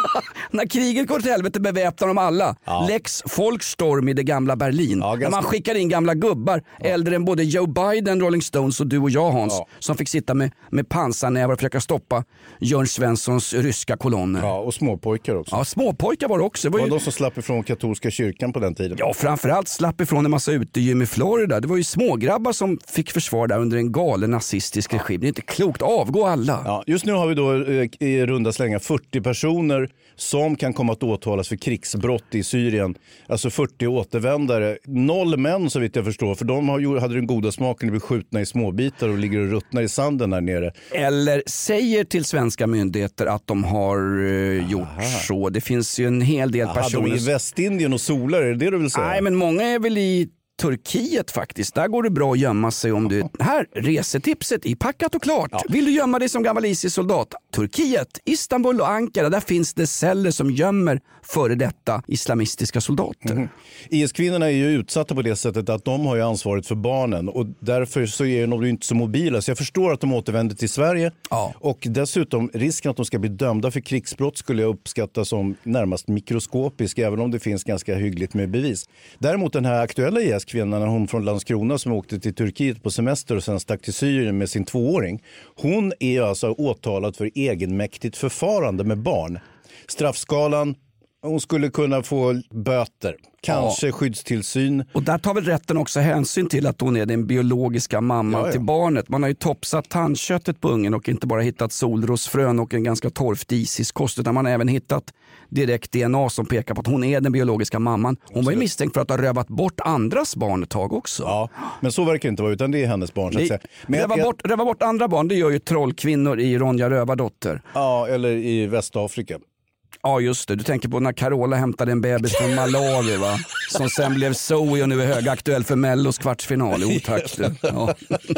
S2: När kriget går till helvete beväpnar de alla. Ja. Lex Folkstorm i det gamla Berlin. Ja, ganska... När man skickar in gamla gubbar, ja. äldre än både Joe Biden, Rolling Stones och du och jag, Hans, ja. som fick sitta med, med pansarnävar och försöka stoppa Jörn Svenssons ryska kolonner.
S3: Ja, och småpojkar också.
S2: Ja, småpojkar var det också. Det var,
S3: var
S2: ju...
S3: de som slapp ifrån katolska kyrkan på den tiden.
S2: Ja, framförallt slapp ifrån en massa utegym i Florida. Det var ju smågrabbar som fick försvar där under en galen nazistisk regim. Det är inte klokt, avgå alla.
S3: Ja, just nu har vi då i runda slänga fyrtio personer som kan komma att åtalas för krigsbrott i Syrien. Alltså fyrtio återvändare. Noll män så vitt jag förstår, för de har, hade den goda smaken att bli skjutna i småbitar och ligger och ruttnar i sanden där nere.
S2: Eller säger till svenska myndigheter att de har uh, gjort Aha. så. Det finns ju en hel del Aha, personer.
S3: De är i Västindien och solar, är det det du vill säga?
S2: Nej, men många är väl i Turkiet faktiskt. Där går det bra att gömma sig om du... Här, resetipset i packat och klart. Ja. Vill du gömma dig som gammal ISIS-soldat? Turkiet, Istanbul och Ankara, där finns det celler som gömmer före detta islamistiska soldater. Mm.
S3: I S-kvinnorna är ju utsatta på det sättet att de har ju ansvaret för barnen och därför så är de inte så mobila. Så jag förstår att de återvänder till Sverige ja. och dessutom risken att de ska bli dömda för krigsbrott skulle jag uppskatta som närmast mikroskopisk, även om det finns ganska hyggligt med bevis. Däremot den här aktuella I S-kvinnan, hon från Landskrona som åkte till Turkiet på semester och sen stack till Syrien med sin tvååring, hon är alltså åtalad för egenmäktigt förfarande med barn. Straffskalan, hon skulle kunna få böter, kanske ja. skyddstillsyn.
S2: Och där tar väl rätten också hänsyn till att hon är den biologiska mamman ja, ja. till barnet. Man har ju topsat tandköttet på ungen och inte bara hittat solrosfrön och en ganska torftig isiskost, utan man har även hittat direkt D N A som pekar på att hon är den biologiska mamman. Hon Absolut. var ju misstänkt för att ha rövat bort andras barn ett tag också.
S3: Ja, men så verkar det inte vara, utan det är hennes barn så att säga.
S2: Men röva, jag... bort, röva bort andra barn, det gör ju trollkvinnor i Ronja Rövardotter.
S3: Ja, eller i Västafrika.
S2: Ja just det, du tänker på när Carola hämtade en bebis från Malawi va? Som sen blev Zoe och nu är högaktuell för Mellos kvartsfinal. Oh, tack du. Ja.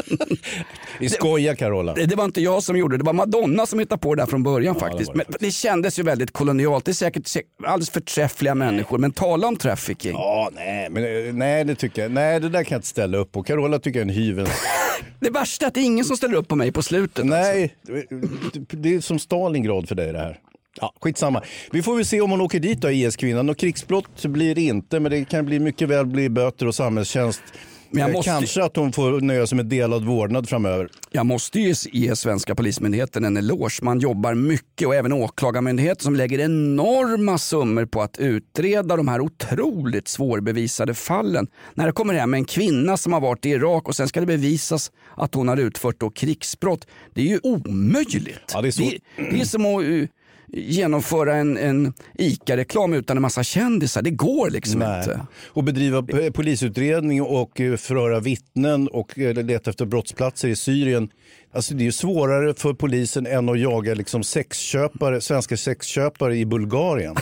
S3: Vi skojar Carola.
S2: Det, det var inte jag som gjorde det, det var Madonna som hittade på det där från början ja, faktiskt. Det men det kändes ju väldigt kolonialt, det är säkert alldeles förträffliga människor, men tala om trafficking.
S3: Ja, nej, men, nej det tycker jag, nej det där kan jag inte ställa upp på. Carola tycker jag är en hyven.
S2: Det värsta är att det är ingen som ställer upp på mig på slutet.
S3: Nej, alltså. Det är som Stalingrad för dig det här. Ja, skitsamma. Vi får väl se om hon åker dit då, I S-kvinnan. Och krigsbrott blir det inte, men det kan bli mycket väl bli böter och samhällstjänst. Men jag måste... Kanske att hon får nöja sig med delad vårdnad framöver.
S2: Jag måste ju ge svenska polismyndigheten en eloge. Man jobbar mycket och även åklagarmyndigheten som lägger enorma summor på att utreda de här otroligt svårbevisade fallen. När det kommer hem en kvinna som har varit i Irak och sen ska det bevisas att hon har utfört då krigsbrott. Det är ju omöjligt.
S3: Ja, det är så...
S2: det, det är som att genomföra en, en ICA-reklam utan en massa kändisar. Det går liksom Nej. inte.
S3: Och bedriva polisutredning och förhöra vittnen och leta efter brottsplatser i Syrien. Alltså det är ju svårare för polisen än att jaga liksom sexköpare, svenska sexköpare i Bulgarien.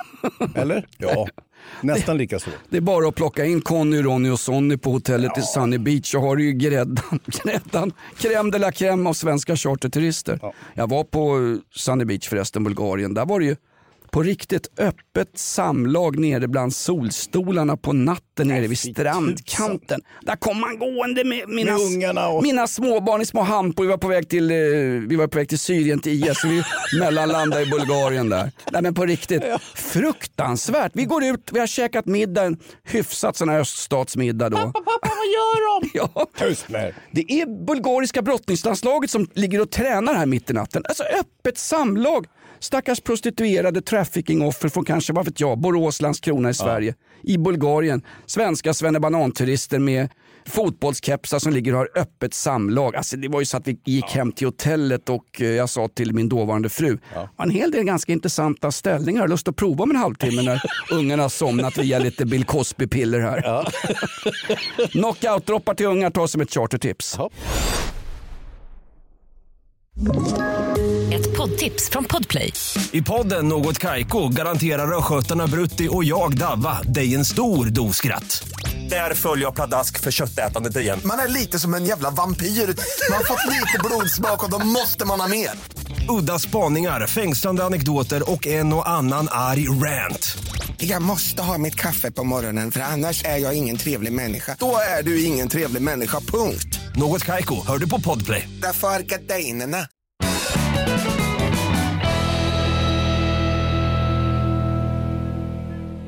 S3: Eller? Ja. Nästan det, lika så.
S2: Det är bara att plocka in Conny, Ronny och Sonny på hotellet ja. i Sunny Beach och har du ju gräddan, gräddan, crème de la crème av svenska charterturister. Ja. Jag var på Sunny Beach förresten, Bulgarien. Där var det ju på riktigt öppet samlag nere bland solstolarna på natten nere vid strandkanten. Där kom man gående med mina, med ungarna och... mina småbarn i små hampor. Vi var på väg till, vi var på väg till Syrien, till I S. Vi mellanlandade i Bulgarien där. Nej, men på riktigt, fruktansvärt. Vi går ut, vi har käkat middag, en hyfsat sån här öststatsmiddag då.
S3: Pappa, pappa, vad gör de?
S2: Ja.
S3: Tyst med.
S2: Det är bulgariska brottningslandslaget som ligger och tränar här mitt i natten. Alltså öppet samlag. Stackars prostituerade traffickingoffer från kanske, vad vet jag, Borås, Landskrona i Sverige. Ja. I Bulgarien, svenska svennebananturister med fotbollskepsar som ligger och har öppet samlag. Alltså det var ju så att vi gick ja. hem till hotellet och jag sa till min dåvarande fru, ja. en hel del ganska intressanta ställningar. Jag har lust att prova om en halvtimme när ungarna har somnat via lite Bill Cosby-piller här. Ja. Knockout-droppar till ungar tar som ett chartertips. Ja.
S7: Ett poddtips från Podplay.
S8: I podden Något Kaiko garanterar röskötarna Brutti och jag Davva dig en stor doskratt. Där följer jag pladask för köttätandet igen.
S9: Man är lite som en jävla vampyr. Man har fått lite blodsmak och då måste man ha mer.
S8: Udda spaningar, fängslande anekdoter och en och annan arg rant.
S9: Jag måste ha mitt kaffe på morgonen för annars är jag ingen trevlig människa. Då är du ingen trevlig människa, punkt.
S8: Något Kaiko, hör du på Podplay.
S9: Därför är gardinerna.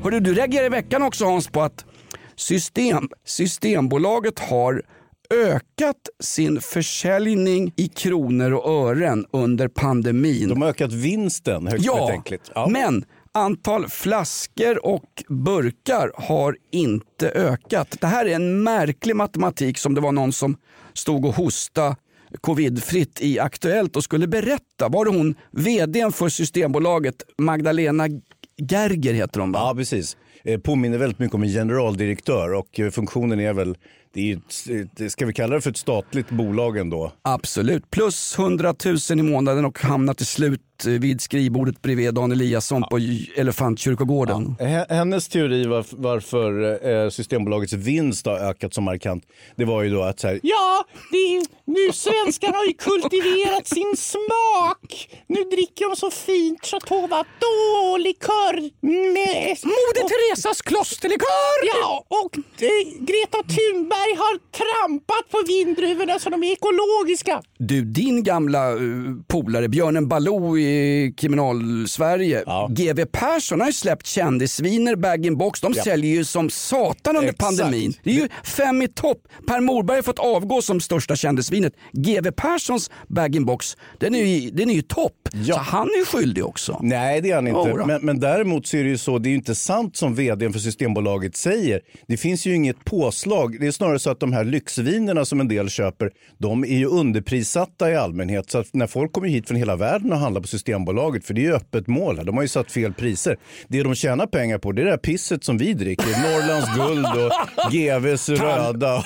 S2: Hörru, du reagerar i veckan också, Hans, på att system, Systembolaget har ökat sin försäljning i kronor och ören under pandemin.
S3: De har ökat vinsten högst
S2: ja,
S3: betänkligt. Ja,
S2: men antal flaskor och burkar har inte ökat. Det här är en märklig matematik som det var någon som stod och hosta covidfritt i Aktuellt och skulle berätta. Var det hon, vdn för Systembolaget, Magdalena Gerger heter hon, va?
S3: Ja, precis. Påminner väldigt mycket om en generaldirektör och funktionen är väl, det är ju, det ska vi kalla det för ett statligt bolag ändå?
S2: Absolut, plus hundratusen i månaden och hamnar till slut vid skrivbordet bredvid Dan Eliasson ja. på Elefantkyrkogården.
S3: Ja. Hennes teori var varför Systembolagets vinst har ökat så markant, det var ju då att så här,
S10: ja, det är, nu svenskarna har ju kultiverat sin smak. Nu dricker de så fint Chateau Vadå likör med
S2: Moder Teresas klosterlikör.
S10: Ja, och eh, Greta Thunberg har trampat på vindruvorna så de är ekologiska.
S2: Du, din gamla uh, polare Björnen Baloo i kriminal-Sverige, ja. G W Persson har ju släppt kändisviner, bag-in-box. De ja. säljer ju som satan under Exakt. pandemin. Det är ju fem i topp. Per Morberg har fått avgå som största kändisvinet. G W Perssons bag-in-box, den är ju, den är ju topp. Ja. Så han är ju skyldig också.
S3: Nej, det är han inte. Oh, men, men däremot så är det ju så, det är ju inte sant som vdn för Systembolaget säger. Det finns ju inget påslag. Det är snarare så att de här lyxvinerna som en del köper, de är ju underprissatta i allmänhet. Så att när folk kommer hit från hela världen och handlar på Systembolaget, för det är ju öppet mål här. De har ju satt fel priser. Det de tjänar pengar på, det är det här pisset som vi dricker. Norrlands guld och G Vs röda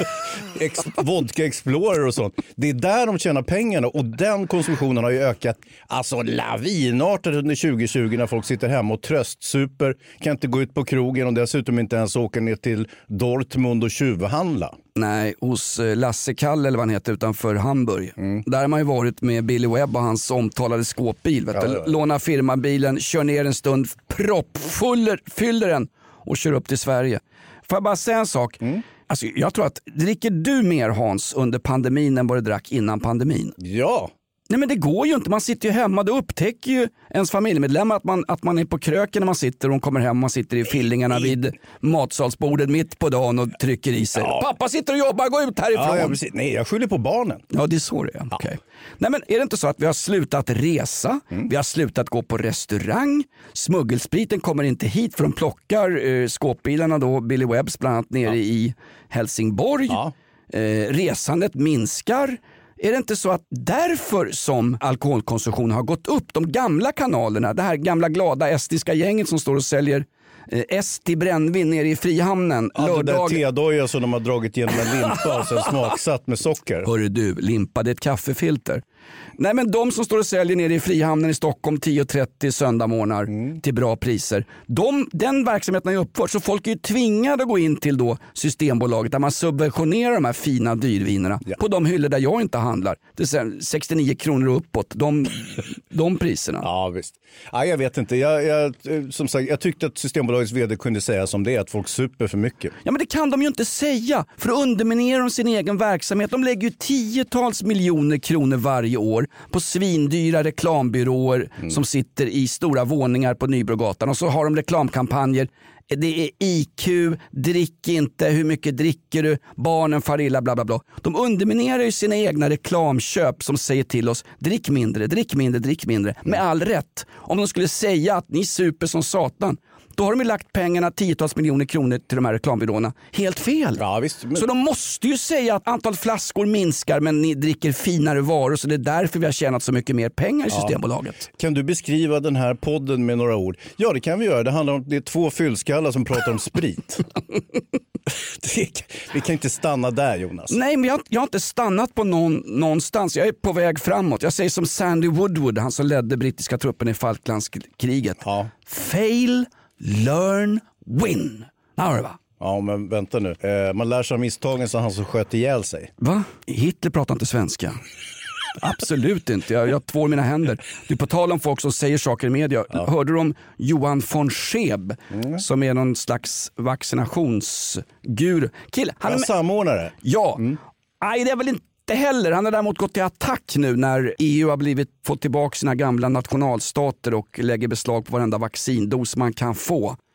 S3: ex, vodka Explorer och sånt. Det är där de tjänar pengarna och den konsumtionen har ju ökat alltså lavinartat under tjugo tjugo när folk sitter hemma och tröstsuper, kan inte gå ut på krogen och dessutom inte ens åka ner till Dortmund och tjuvhandla.
S2: Nej, hos Lasse Kalle eller vad han heter utanför Hamburg. Mm. Där har man ju varit med Billy Webb och hans omtalade skåpbil. Vet ja, ja. Låna firmabilen, kör ner en stund, proppfuller, fyller den och kör upp till Sverige. Får jag bara säga en sak? Mm. Alltså, jag tror att, dricker du mer, Hans, under pandemin än vad du drack innan pandemin?
S3: Ja.
S2: Nej, men det går ju inte. Man sitter ju hemma. Då upptäcker ju ens familjemedlemmar att man, att man är på kröken när man sitter och de kommer hem och man sitter i fillingarna vid matsalsbordet mitt på dagen och trycker i sig. Ja. Pappa sitter och jobbar, gå ut härifrån.
S3: Ja, ja, precis. Nej, jag skyller på barnen.
S2: Ja, det är så det är. Ja. Okay. Nej, men är det inte så att vi har slutat resa? Mm. Vi har slutat gå på restaurang. Smuggelspriten kommer inte hit för de plockar eh, skåpbilarna då, Billy Webbs bland annat nere ja. i Helsingborg. Ja. Eh, resandet minskar. Är det inte så att därför som alkoholkonsumtionen har gått upp, de gamla kanalerna, det här gamla glada estiska gänget som står och säljer eh, esti brännvin nere i Frihamnen.
S3: Ja, lördag... det där tedoja som de har dragit genom en limpa och sen smaksatt med socker.
S2: Hörru du, limpa, det är ett kaffefilter. Nej, men de som står och säljer nere i Frihamnen i Stockholm tio trettio söndagmorgnar mm. till bra priser. De, den verksamheten har ju uppfört, så folk är ju tvingade att gå in till då Systembolaget där man subventionerar de här fina dyrvinerna ja. på de hyllor där jag inte handlar. Det är sextionio kronor och uppåt, de, de priserna.
S3: Ja, visst. Ja, jag vet inte. Jag, jag, som sagt, jag tyckte att Systembolagets vd kunde säga som det är, att folk super för mycket.
S2: Ja, men det kan de ju inte säga. För att underminera de sin egen verksamhet. De lägger ju tiotals miljoner kronor varje år på svindyra reklambyråer mm. som sitter i stora våningar på Nybrogatan. Och så har de reklamkampanjer. Det är I Q, drick inte, hur mycket dricker du, barnen far illa, bla bla bla. De underminerar ju sina egna reklamköp som säger till oss, drick mindre, drick mindre, drick mindre. Mm. Med all rätt. Om de skulle säga att ni super som satan, då har de ju lagt pengarna, tiotals miljoner kronor till de här reklambyråerna. Helt fel.
S3: Ja, visst, men...
S2: Så de måste ju säga att antal flaskor minskar men ni dricker finare varor, så det är därför vi har tjänat så mycket mer pengar i ja. Systembolaget.
S3: Kan du beskriva den här podden med några ord? Ja, det kan vi göra. Det handlar om det är två fyllskallar som pratar om sprit. det, vi kan inte stanna där, Jonas.
S2: Nej, men jag, jag har inte stannat på någon, någonstans. Jag är på väg framåt. Jag säger som Sandy Woodward, han som ledde brittiska truppen i Falklandskriget. Ja. Fail, learn, win. Ja, va?
S3: Ja, men vänta nu. Eh, man lär sig av misstagen så han som sköt ihjäl sig.
S2: Va? Hitler pratar inte svenska. Absolut inte. Jag, jag tvår mina händer. Du, på tal om folk som säger saker i media. Ja. Hörde du om Johan von Scheb mm. som är någon slags vaccinationsguru? Kille, han är med...
S3: samordnare.
S2: Ja. Mm. Nej, det är väl inte inte heller. Han har däremot gått till attack nu när E U har blivit, fått tillbaka sina gamla nationalstater och lägger beslag på varenda vaccindos man kan få.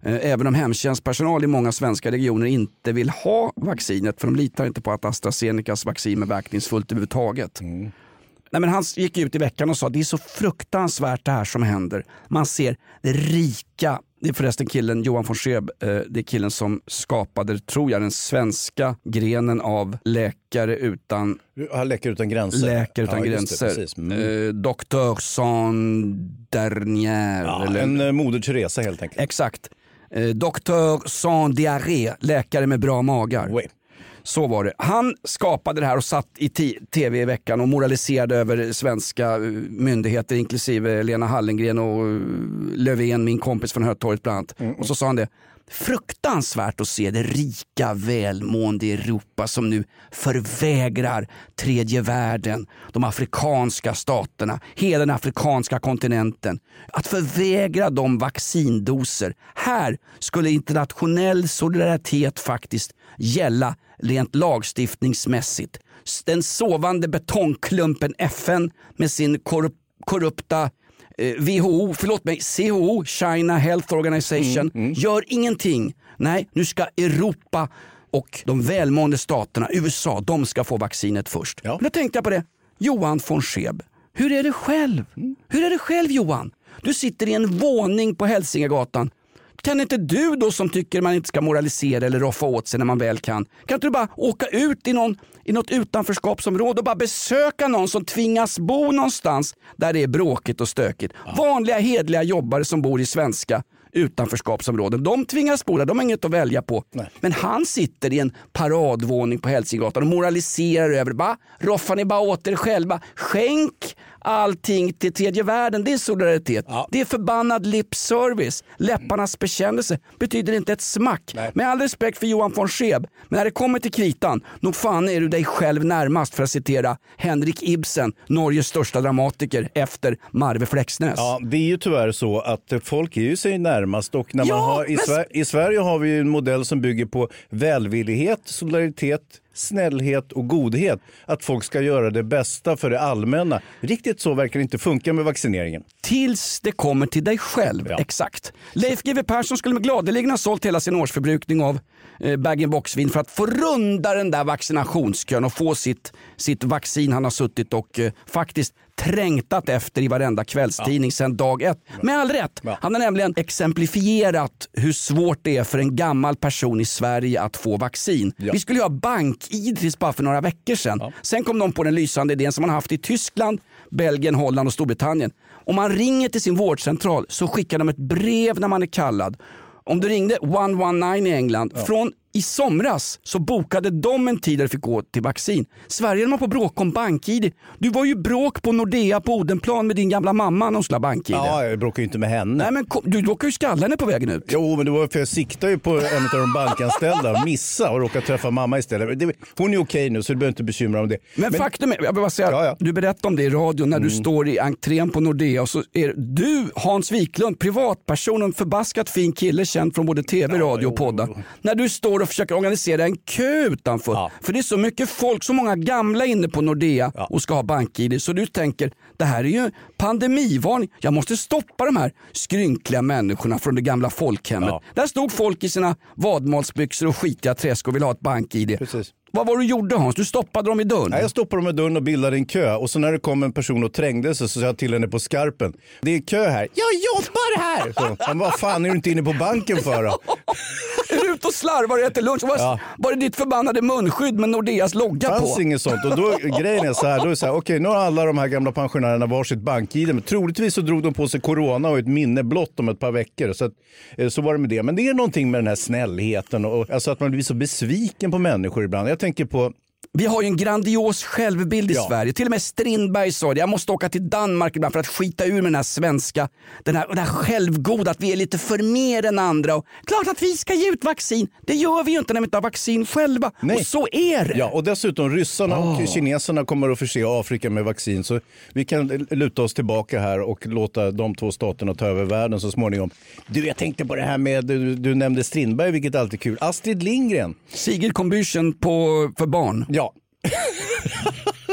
S2: Även om hemtjänstpersonal i många svenska regioner inte vill ha vaccinet, för de litar inte på att AstraZenecas vaccin är verkningsfullt överhuvudtaget. Mm. Nej, men han gick ut i veckan och sa att det är så fruktansvärt det här som händer. Man ser det rika, det är förresten killen Johan von Scheb, det är killen som skapade, tror jag, den svenska grenen av Läkare utan,
S3: ja, läkare utan gränser.
S2: Läkare utan ja, gränser. Mm. Eh, Doktor Sans Dernier.
S3: Ja,
S2: eller,
S3: en eh, Moder Teresa helt enkelt.
S2: Exakt. Eh, Doktor Sans Diarré, läkare med bra magar.
S3: Oui.
S2: Så var det. Han skapade det här och satt i t- tv i veckan och moraliserade över svenska myndigheter, inklusive Lena Hallengren och Löfven, min kompis från Hötorget bland annat. Mm. Och så sa han det: fruktansvärt att se det rika, välmående Europa som nu förvägrar tredje världen, de afrikanska staterna, hela den afrikanska kontinenten, att förvägra dem vaccindoser. Här skulle internationell solidaritet faktiskt gälla rent lagstiftningsmässigt. Den sovande betongklumpen F N med sin korrup- korrupta eh, W H O, förlåt mig, C H O, China Health Organization, mm, mm. gör ingenting. Nej, nu ska Europa och de välmående staterna, U S A, de ska få vaccinet först. Ja. Men då tänkte jag på det. Johan von Scheb, hur är det själv? Mm. Hur är det själv, Johan? Du sitter i en våning på Hälsingegatan. Kan inte du då, som tycker man inte ska moralisera eller roffa åt sig när man väl kan, kan inte du bara åka ut i, någon, i något utanförskapsområde och bara besöka någon som tvingas bo någonstans där det är bråkigt och stökigt? Ja. Vanliga hedliga jobbare som bor i svenska utanförskapsområden, de tvingas bo där, de har inget att välja på. Nej. Men han sitter i en paradvåning på Hälsingegatan och moraliserar över, bara roffar ni bara åt er själva, skänk allting till tredje världen, det är solidaritet. Ja. Det är förbannad lipservice. Läpparnas bekännelse betyder inte ett smack. Nej. Med all respekt för Johan von Scheb, men när det kommer till kritan, nog fan är du dig själv närmast, för att citera Henrik Ibsen, Norges största dramatiker efter Marve Flexnäs.
S3: Ja, det är ju tyvärr så att folk är ju sig närmast, och när man ja, har, i, men... Sver- i Sverige har vi ju en modell som bygger på välvillighet, solidaritet, snällhet och godhet. Att folk ska göra det bästa för det allmänna. Riktigt så verkar det inte funka med vaccineringen.
S2: Tills det kommer till dig själv, ja. Exakt. Leif G W Persson skulle med gladeligen ha sålt hela sin årsförbrukning av eh, bag-in-box-vin för att få runda den där vaccinationskön och få sitt, sitt vaccin han har suttit och eh, faktiskt trängtat efter i varenda kvällstidning ja. sedan dag ett. Med all rätt. Ja. Han har nämligen exemplifierat hur svårt det är för en gammal person i Sverige att få vaccin. Ja. Vi skulle ju ha bank-id tills bara för några veckor sedan. Ja. Sen kom de på den lysande idén som man har haft i Tyskland, Belgien, Holland och Storbritannien. Om man ringer till sin vårdcentral så skickar de ett brev när man är kallad. Om du ringde ett ett nio i England, ja. från i somras så bokade de en tid där du fick gå till vaccin. Sverige är man på bråk om bank-id. Du var ju bråk på Nordea på Odenplan med din gamla mamma när hon skulle ha bank-id.
S3: Ja, jag bråkar ju inte med henne.
S2: Nej, men du råkade ju skalla henne på vägen ut.
S3: Jo, men det var för jag siktade ju på en av de bankanställda och missa och råkade träffa mamma istället. Det, hon är okej nu, så du behöver inte bekymra om det.
S2: Men, men faktum är, jag vill bara säga, ja, ja. du berättade om det i radio när mm. du står i entrén på Nordea och så är du, Hans Wiklund, privatperson, en förbaskat fin kille känd från både tv, ja, radio och poddar. Jo, jo. När du står och försöker organisera en kö utanför. Ja. För det är så mycket folk, så många gamla inne på Nordea ja. och ska ha bank-id. Så du tänker, det här är ju pandemivarning. Jag måste stoppa de här skrynkliga människorna från det gamla folkhemmet. Ja. Där stod folk i sina vadmalsbyxor och skitiga träsk och vill ha ett bank-id. Precis. Vad var du gjorde, Hans? Du stoppade dem i dörren?
S3: Nej, jag stoppade dem i dörren och bildade en kö. Och så när det kom en person och trängde sig så sa jag till henne på skarpen: det är kö här. Jag jobbar här! Så, men vad fan är du inte inne på banken för då?
S2: Är du ute och slarvar och äter lunch? Var, ja. var det ditt förbannade munskydd med Nordeas logga på?
S3: Det fanns inget sånt. Och då, grejen är så här, då är det så här, okej, nu har alla de här gamla pensionärerna varsitt bank-id. Men troligtvis så drog de på sig corona och ett minne blott om ett par veckor. Så, att, så var det med det. Men det är någonting med den här snällheten och alltså att man blir så besviken på människor ibland. Jag tänker på...
S2: Vi har ju en grandios självbild i ja. Sverige. Till och med Strindberg sa det. Jag måste åka till Danmark ibland för att skita ur med den här svenska, den här, den här självgoda, att vi är lite för mer än andra. Och klart att vi ska ge ut vaccin. Det gör vi ju inte när vi inte har vaccin själva. Nej. Och så är det.
S3: Ja, och dessutom ryssarna oh. och kineserna kommer att förse Afrika med vaccin. Så vi kan luta oss tillbaka här och låta de två staterna ta över världen så småningom. Du, jag tänkte på det här med, du, du nämnde Strindberg, vilket alltid är kul. Astrid Lindgren.
S2: Sigrid Combüchen på för barn.
S3: Ja.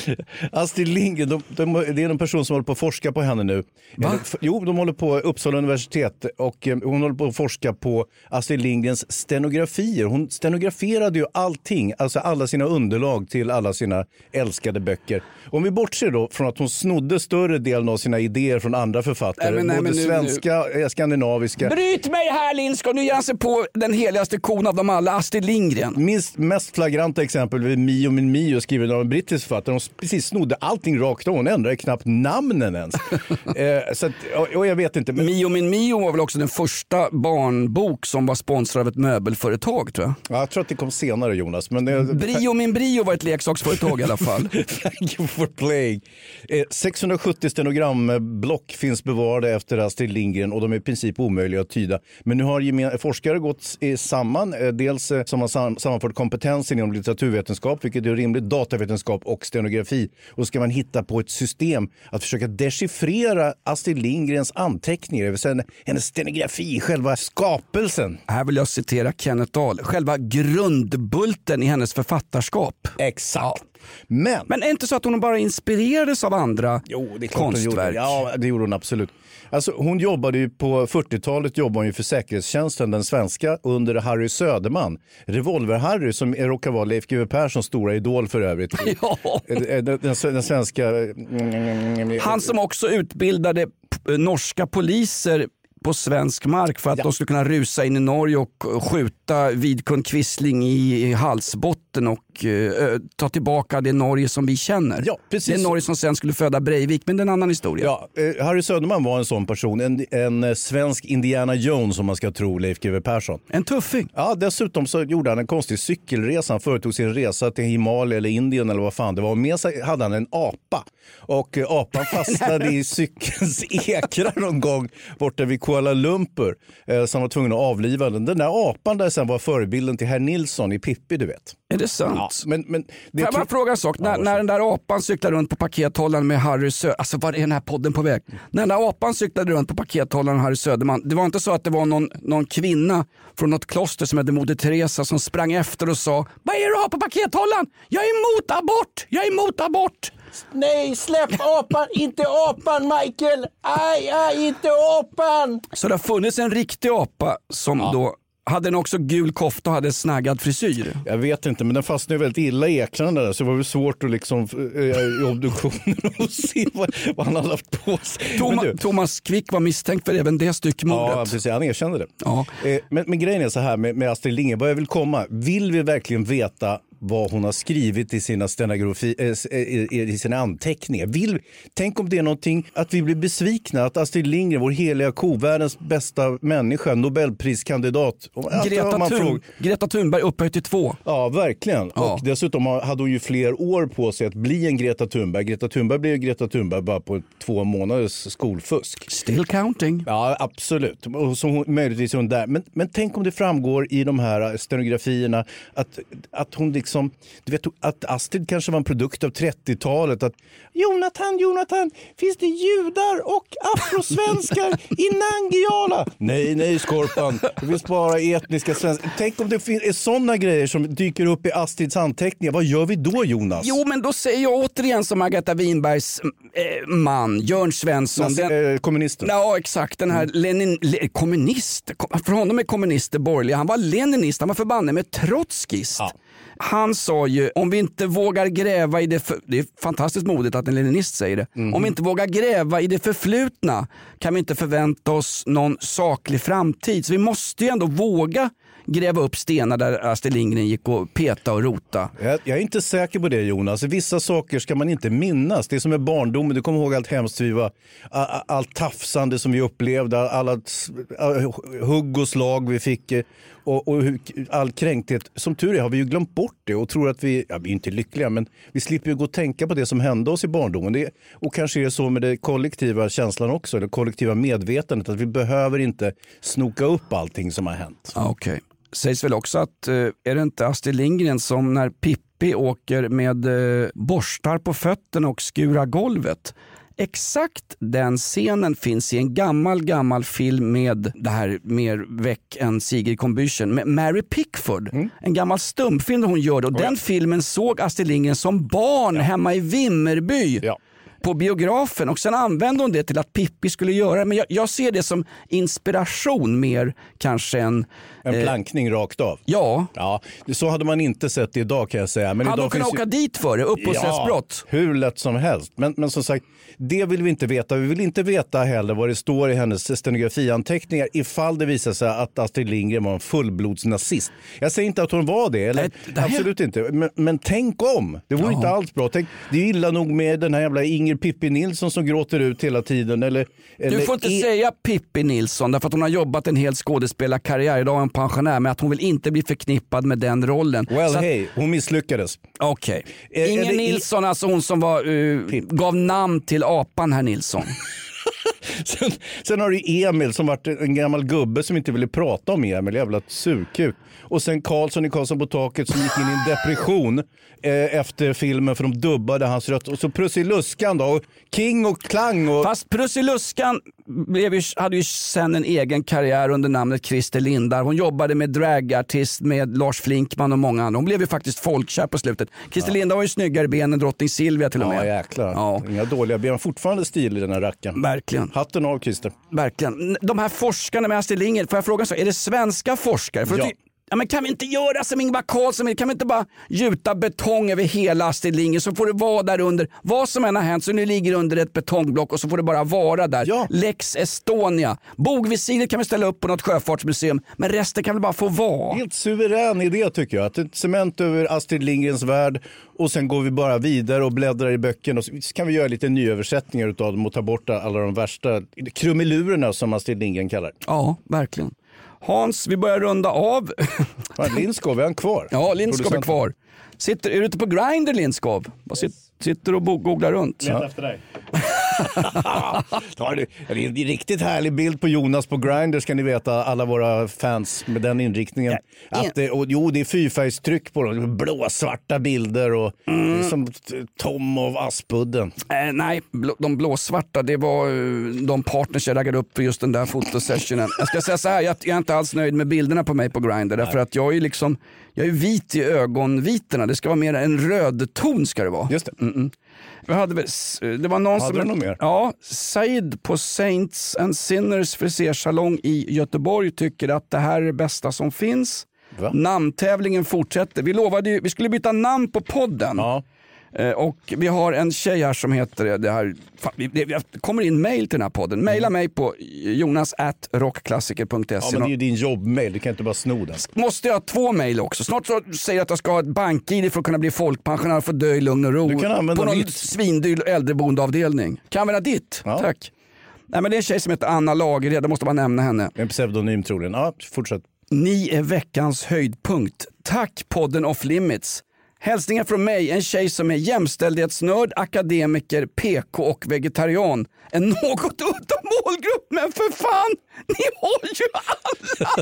S3: Astrid Lindgren, de, de, det är en person som håller på att forska på henne nu.
S2: Va?
S3: Eller, jo, de håller på Uppsala universitet och eh, hon håller på att forska på Astrid Lindgrens stenografier. Hon stenograferade ju allting, alltså alla sina underlag till alla sina älskade böcker. Om vi bortser då från att hon snodde större delen av sina idéer från andra författare, nej, men, nej, både nu, svenska, nu. skandinaviska.
S2: Bryt mig här, Lindskog, nu ger han sig på den heligaste kon av dem alla, Astrid Lindgren.
S3: Minst, mest flagranta exempel är Mio min Mio, skriven av en brittisk författare. Hon precis snodde allting rakt av, hon ändrade knappt namnen ens. eh, så att, och, och jag vet inte. Men...
S2: Mio min Mio var väl också den första barnbok som var sponsrad av ett möbelföretag, tror jag.
S3: Ja, jag tror att det kom senare, Jonas. Men det...
S2: Brio min Brio var ett leksaksföretag i alla fall.
S3: Thank you for playing. Eh, sexhundrasjuttio stenogramblock finns bevarade efter Astrid Lindgren och de är i princip omöjliga att tyda. Men nu har gemen- forskare gått eh, samman, eh, dels eh, som har sam- sammanfört kompetensen inom litteraturvetenskap, vilket är rimligt, datavetenskap och stenografi. Och ska man hitta på ett system att försöka dechiffrera Astrid Lindgrens anteckningar, det vill säga hennes stenografi, själva skapelsen.
S2: Här vill jag citera Kenneth Dahl, själva grundbulten i hennes författarskap.
S3: Exakt.
S2: Ja.
S3: Men,
S2: Men är det inte så att hon bara inspirerades av andra
S3: jo, det är
S2: konstverk?
S3: Ja, det gjorde hon absolut. Alltså, hon jobbade ju på fyrtiotalet jobbade hon ju för säkerhetstjänsten, den svenska, under Harry Söderman. Revolver-Harry, som råkar vara Leif G W Perssons stora idol för övrigt.
S2: Ja.
S3: Den, den, den svenska...
S2: Han som också utbildade p- norska poliser på svensk mark för att ja. de skulle kunna rusa in i Norge och skjuta Vidkun Quisling i halsbotten och uh, ta tillbaka det Norge som vi känner.
S3: Ja, precis.
S2: Det Norge som sen skulle föda Breivik, men det är en annan historia.
S3: Ja, eh, Harry Söderman var en sån person, en, en eh, svensk Indiana Jones som man ska tro Leif G W Persson.
S2: En tuffing.
S3: Ja, dessutom så gjorde han en konstig cykelresa. Han företog sin resa till Himalaya eller Indien eller vad fan det var. Med sig hade han en apa. Och eh, apan fastnade i cykelns ekrar någon gång borta vid Kuala Lumpur. Eh, som var tvungen att avliva den. Den där apan där sen var förebilden till herr Nilsson i Pippi, du vet.
S2: Är det sant?
S3: Ja, men, men det
S2: Får jag bara
S3: tro-
S2: fråga en sak?
S3: Ja,
S2: när, när den där apan cyklade runt på pakethållaren med Harry Söderman, alltså var är den här podden på väg? När den där apan cyklade runt på pakethållaren med Harry Söderman, det var inte så att det var någon, någon kvinna från något kloster som hette Moder Teresa som sprang efter och sa: vad är det du har på pakethållaren? Jag är emot abort! Jag är emot abort!
S10: Nej, släpp apan, inte apan, Michael! Aj, aj, inte apan!
S2: Så det har funnits en riktig apa som ja. då hade den också gul kofta och hade snaggad frisyr.
S3: Jag vet inte, men den fastnade väldigt illa i ekrarna där, så det var väl svårt att liksom äh, i obduktionen och se vad, vad han hade haft på sig.
S2: Toma,
S3: du,
S2: Thomas Quick var misstänkt för även det styckmordet.
S3: Ja, precis, han erkände det.
S2: Ja.
S3: Eh, men, men grejen är så här med, med Astrid Lindgren, vad jag vill komma, vill vi verkligen veta vad hon har skrivit i sina stenografi, äh, i, i sina anteckningar? Vill, tänk om det är någonting att vi blir besvikna att Astrid Lindgren, vår heliga ko, världens bästa människa, Nobelpriskandidat.
S2: Greta,
S3: man
S2: Thun,
S3: fråg...
S2: Greta Thunberg upphöjt till två.
S3: Ja, verkligen. Ja. Och dessutom hade hon ju fler år på sig att bli en Greta Thunberg. Greta Thunberg blev ju Greta Thunberg bara på två månaders skolfusk.
S2: Still counting.
S3: Ja, absolut. Och så hon, möjligtvis hon där. Men, men tänk om det framgår i de här stenografierna att, att hon liksom, du vet, att Astrid kanske var en produkt av trettiotalet. Att Jonathan, Jonathan, finns det judar och afrosvenskar i Nangijala? Nej, nej, Skorpan. Det finns bara etniska svenskar. Tänk om det är sådana grejer som dyker upp i Astrids anteckningar. Vad gör vi då, Jonas?
S2: Jo, men då säger jag återigen som Agatha Winbergs eh, man, Jörn Svensson.
S3: Den, den, eh, kommunisten.
S2: Ja, exakt. Den här mm. Lenin, le, kommunist. För honom är kommunister borgerliga. Han var leninist, han var förbannad med trotskist. Ja. Han sa ju, om vi inte vågar gräva i det, för, det är fantastiskt modigt att en leninist säger det, mm. om vi inte vågar gräva i det förflutna kan vi inte förvänta oss någon saklig framtid. Så vi måste ju ändå våga gräva upp stenar där Astrid Lindgren gick och peta och rota.
S3: Jag, jag är inte säker på det, Jonas. Vissa saker ska man inte minnas. Det är som med barndomen. Du kommer ihåg allt hemskt vi var, all, allt tafsande som vi upplevde, alla all, hugg och slag vi fick och, och all kränkthet. Som tur är har vi ju glömt bort det och tror att vi, ja, vi är inte lyckliga, men vi slipper ju gå och tänka på det som hände oss i barndomen. Det, och kanske är det så med det kollektiva känslan också, det kollektiva medvetandet, att vi behöver inte snoka upp allting som har hänt.
S2: Okej. Okay. Sägs väl också att, är det inte Astrid Lindgren som när Pippi åker med borstar på fötterna och skurar golvet exakt den scenen finns i en gammal, gammal film med det här mer väck än Sigrid Combüchen med Mary Pickford. Mm. En gammal stumfilm där hon gör det. Och oh, den ja. filmen såg Astrid Lindgren som barn ja. hemma i Vimmerby. Ja. På biografen, och sen använde hon det till att Pippi skulle göra. Men jag, jag ser det som inspiration mer kanske än...
S3: En eh, plankning rakt av.
S2: Ja.
S3: ja. Så hade man inte sett det idag, kan jag säga. Men
S2: hade
S3: idag
S2: de kunnat åka ju... dit för det? Upphovsrättsbrott?
S3: Ja, hur lätt som helst. Men, men som sagt, det vill vi inte veta. Vi vill inte veta heller vad det står i hennes stenografianteckningar ifall det visar sig att Astrid Lindgren var en fullblodsnazist. Jag säger inte att hon var det, eller? Det här... absolut inte. Men, men tänk om. Det vore ja. inte alls bra. Tänk, det är illa nog med den här jävla Inger Pippi Nilsson som gråter ut hela tiden. Eller, eller
S2: du får inte
S3: e-
S2: säga Pippi Nilsson därför att hon har jobbat en hel skådespelarkarriär. Idag är en pensionär, men att hon vill inte bli förknippad med den rollen.
S3: Well,
S2: att...
S3: hej, hon misslyckades.
S2: Okej. Okay. Inger Nilsson, i... alltså hon som var, uh, gav namn till apan här Nilsson.
S3: sen, sen har du Emil som var en gammal gubbe som inte ville prata om Emil, jävla surkuk. Och sen Karlsson i Karlsson på taket som gick in i en depression eh, efter filmen för de dubbade hans röst. Och så Prussiluskan då, och King och Klang. Och...
S2: Fast Prussiluskan blev ju, hade ju sen en egen karriär under namnet Christer Lindar. Hon jobbade med dragartist med Lars Flinkman och många andra. Hon blev ju faktiskt folkkär på slutet. Christer ja. Lindar var ju snyggare ben än drottning Silvia till och med.
S3: Ja jäklar, ja. Inga dåliga ben. Fortfarande stil i den här racken.
S2: Verkligen.
S3: Hatten av Christer.
S2: Verkligen. De här forskarna med Astrid Lindgren, får jag fråga så, är det svenska forskare? För
S3: ja.
S2: Ja, men kan vi inte göra som Ingvar Carlsson? Kan vi inte bara gjuta betong över hela Astrid Lindgren, så får det vara där under. Vad som än har hänt så nu ligger under ett betongblock och så får det bara vara där. Ja. Lex Estonia. Bogvisiret kan vi ställa upp på något sjöfartsmuseum, men resten kan väl bara få vara.
S3: Helt suverän idé tycker jag. Att ett cement över Astrid Lindgrens värld och sen går vi bara vidare och bläddrar i böckerna och så kan vi göra lite nyöversättningar utav dem och ta bort alla de värsta krumelurerna som Astrid Lindgren kallar.
S2: Ja, verkligen. Hans, vi börjar runda av.
S3: Lindskov, är han kvar?
S2: Ja, Lindskov är kvar. Sitter, är du ute på Grindr, Lindskov? Yes. Sitter, sitter och bo- googlar runt.
S5: Leta efter dig.
S3: Ja, det är en riktigt härlig bild på Jonas på Grindr, ska ni veta, alla våra fans med den inriktningen. Ja, att det, och, jo, det är fyrfärgstryck på dem, blåsvarta bilder och mm. som Tom av Aspudden.
S2: Eh, nej, blå, de blåsvarta, det var uh, de partners jag raggade upp för just den där fotosessionen. Jag ska säga så här, jag, jag är inte alls nöjd med bilderna på mig på Grindr, därför att jag är liksom, jag är vit i ögonvitorna. Det ska vara mer en röd ton ska det vara.
S3: Just det.
S2: Mm-mm. Vi hade, det var någon
S3: hade
S2: som...
S3: Mer?
S2: Ja, Said på Saints and Sinners frisersalong i Göteborg tycker att det här är det bästa som finns. Va? Namntävlingen fortsätter. Vi lovade ju, vi skulle byta namn på podden. Ja. Eh, och vi har en tjej här som heter det här, fan, det, det kommer in mail till den här podden. Maila mm. mig på jonas at rockklassiker punkt se.
S3: Ja, men det är ju din jobbmail, du kan inte bara sno den.
S2: Måste jag ha två mail också? Snart så säger jag att jag ska ha ett bank-id för att kunna bli folkpensionär och få dö i lugn och ro.
S3: Du kan använda
S2: på någon
S3: mitt.
S2: Svindyr äldreboendeavdelning. Kan använda ditt, ja. Tack. Nej, men det är en tjej som heter Anna Lagerhed, jag måste bara nämna henne.
S3: En pseudonym troligen. Ja, fortsätt.
S2: Ni är veckans höjdpunkt. Tack podden Off Limits. Hälsningar från mig, en tjej som är jämställdhetsnörd, akademiker, P K och vegetarian. En något udda målgrupp, men för fan, ni har ju alla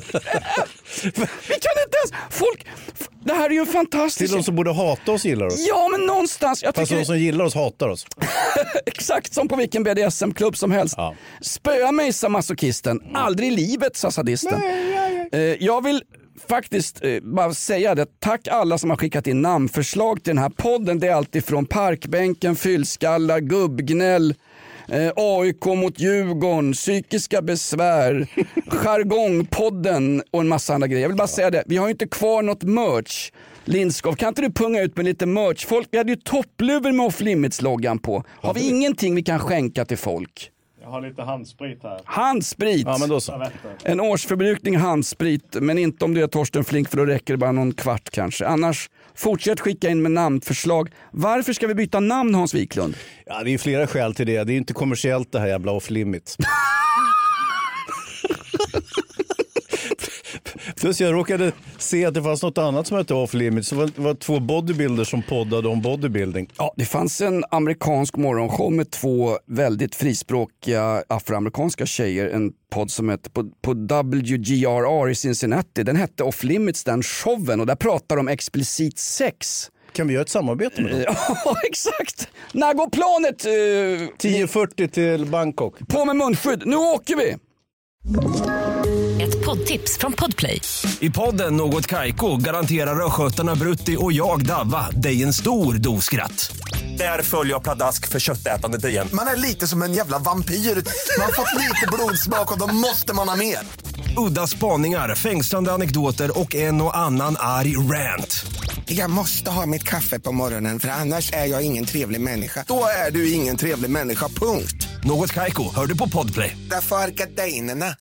S2: Vi kan inte ens, folk, det här är ju fantastiskt.
S3: Till de som borde hata oss gillar oss.
S2: Ja, men någonstans. Jag
S3: Fast
S2: tycker...
S3: de som gillar oss hatar oss.
S2: Exakt som på vilken B D S M-klubb som helst. Ja. Spöa mig, sa masochisten. Aldrig i livet, sa sadisten. Nej, nej, nej. Uh, jag vill... faktiskt eh, bara säga det. Tack alla som har skickat in namnförslag till den här podden. Det är alltid från Parkbänken, Fyllskallar, Gubbgnäll, eh, A I K mot Djurgården, Psykiska besvär, Jargongpodden och en massa andra grejer. Jag vill bara ja. säga det. Vi har ju inte kvar något merch. Lindskov, kan inte du punga ut med lite merch? Folk, vi hade ju toppluvor med Off Limits-loggan på. Har vi ingenting vi kan skänka till folk?
S5: Jag har lite handsprit här.
S2: Handsprit?
S3: Ja, men då så.
S2: En årsförbrukning handsprit, men inte om du är Torsten Flink, för då räcker det bara någon kvart kanske. Annars, fortsätt skicka in med namnförslag. Varför ska vi byta namn, Hans Wiklund?
S3: Ja, det är flera skäl till det. Det är inte kommersiellt det här jävla Off Limits. Plus jag råkade se att det fanns något annat som hette Off Limits. Det var, det var två bodybuilders som poddade om bodybuilding.
S2: Ja, det fanns en amerikansk morgonshow med två väldigt frispråkiga afroamerikanska tjejer. En podd som hette på, på W G R R i Cincinnati. Den hette Off Limits, den showen. Och där pratar de om explicit sex.
S3: Kan vi göra ett samarbete med dem?
S2: Ja, exakt. När går planet? Uh,
S3: tio fyrtio till Bangkok.
S2: På med munskydd. Nu åker vi!
S7: Ett poddtips från Podplay.
S8: I podden Något Kaiko garanterar röskötarna Brutti och jag Davva dig en stor dos skratt. Där följer jag pladask för köttätandet igen.
S9: Man är lite som en jävla vampyr. Man har fått lite blodsmak och då måste man ha mer.
S8: Udda spaningar, fängslande anekdoter och en och annan arg rant.
S9: Jag måste ha mitt kaffe på morgonen för annars är jag ingen trevlig människa. Då är du ingen trevlig människa, punkt.
S8: Något Kaiko, hör du på Podplay.
S9: Därför är gardinerna.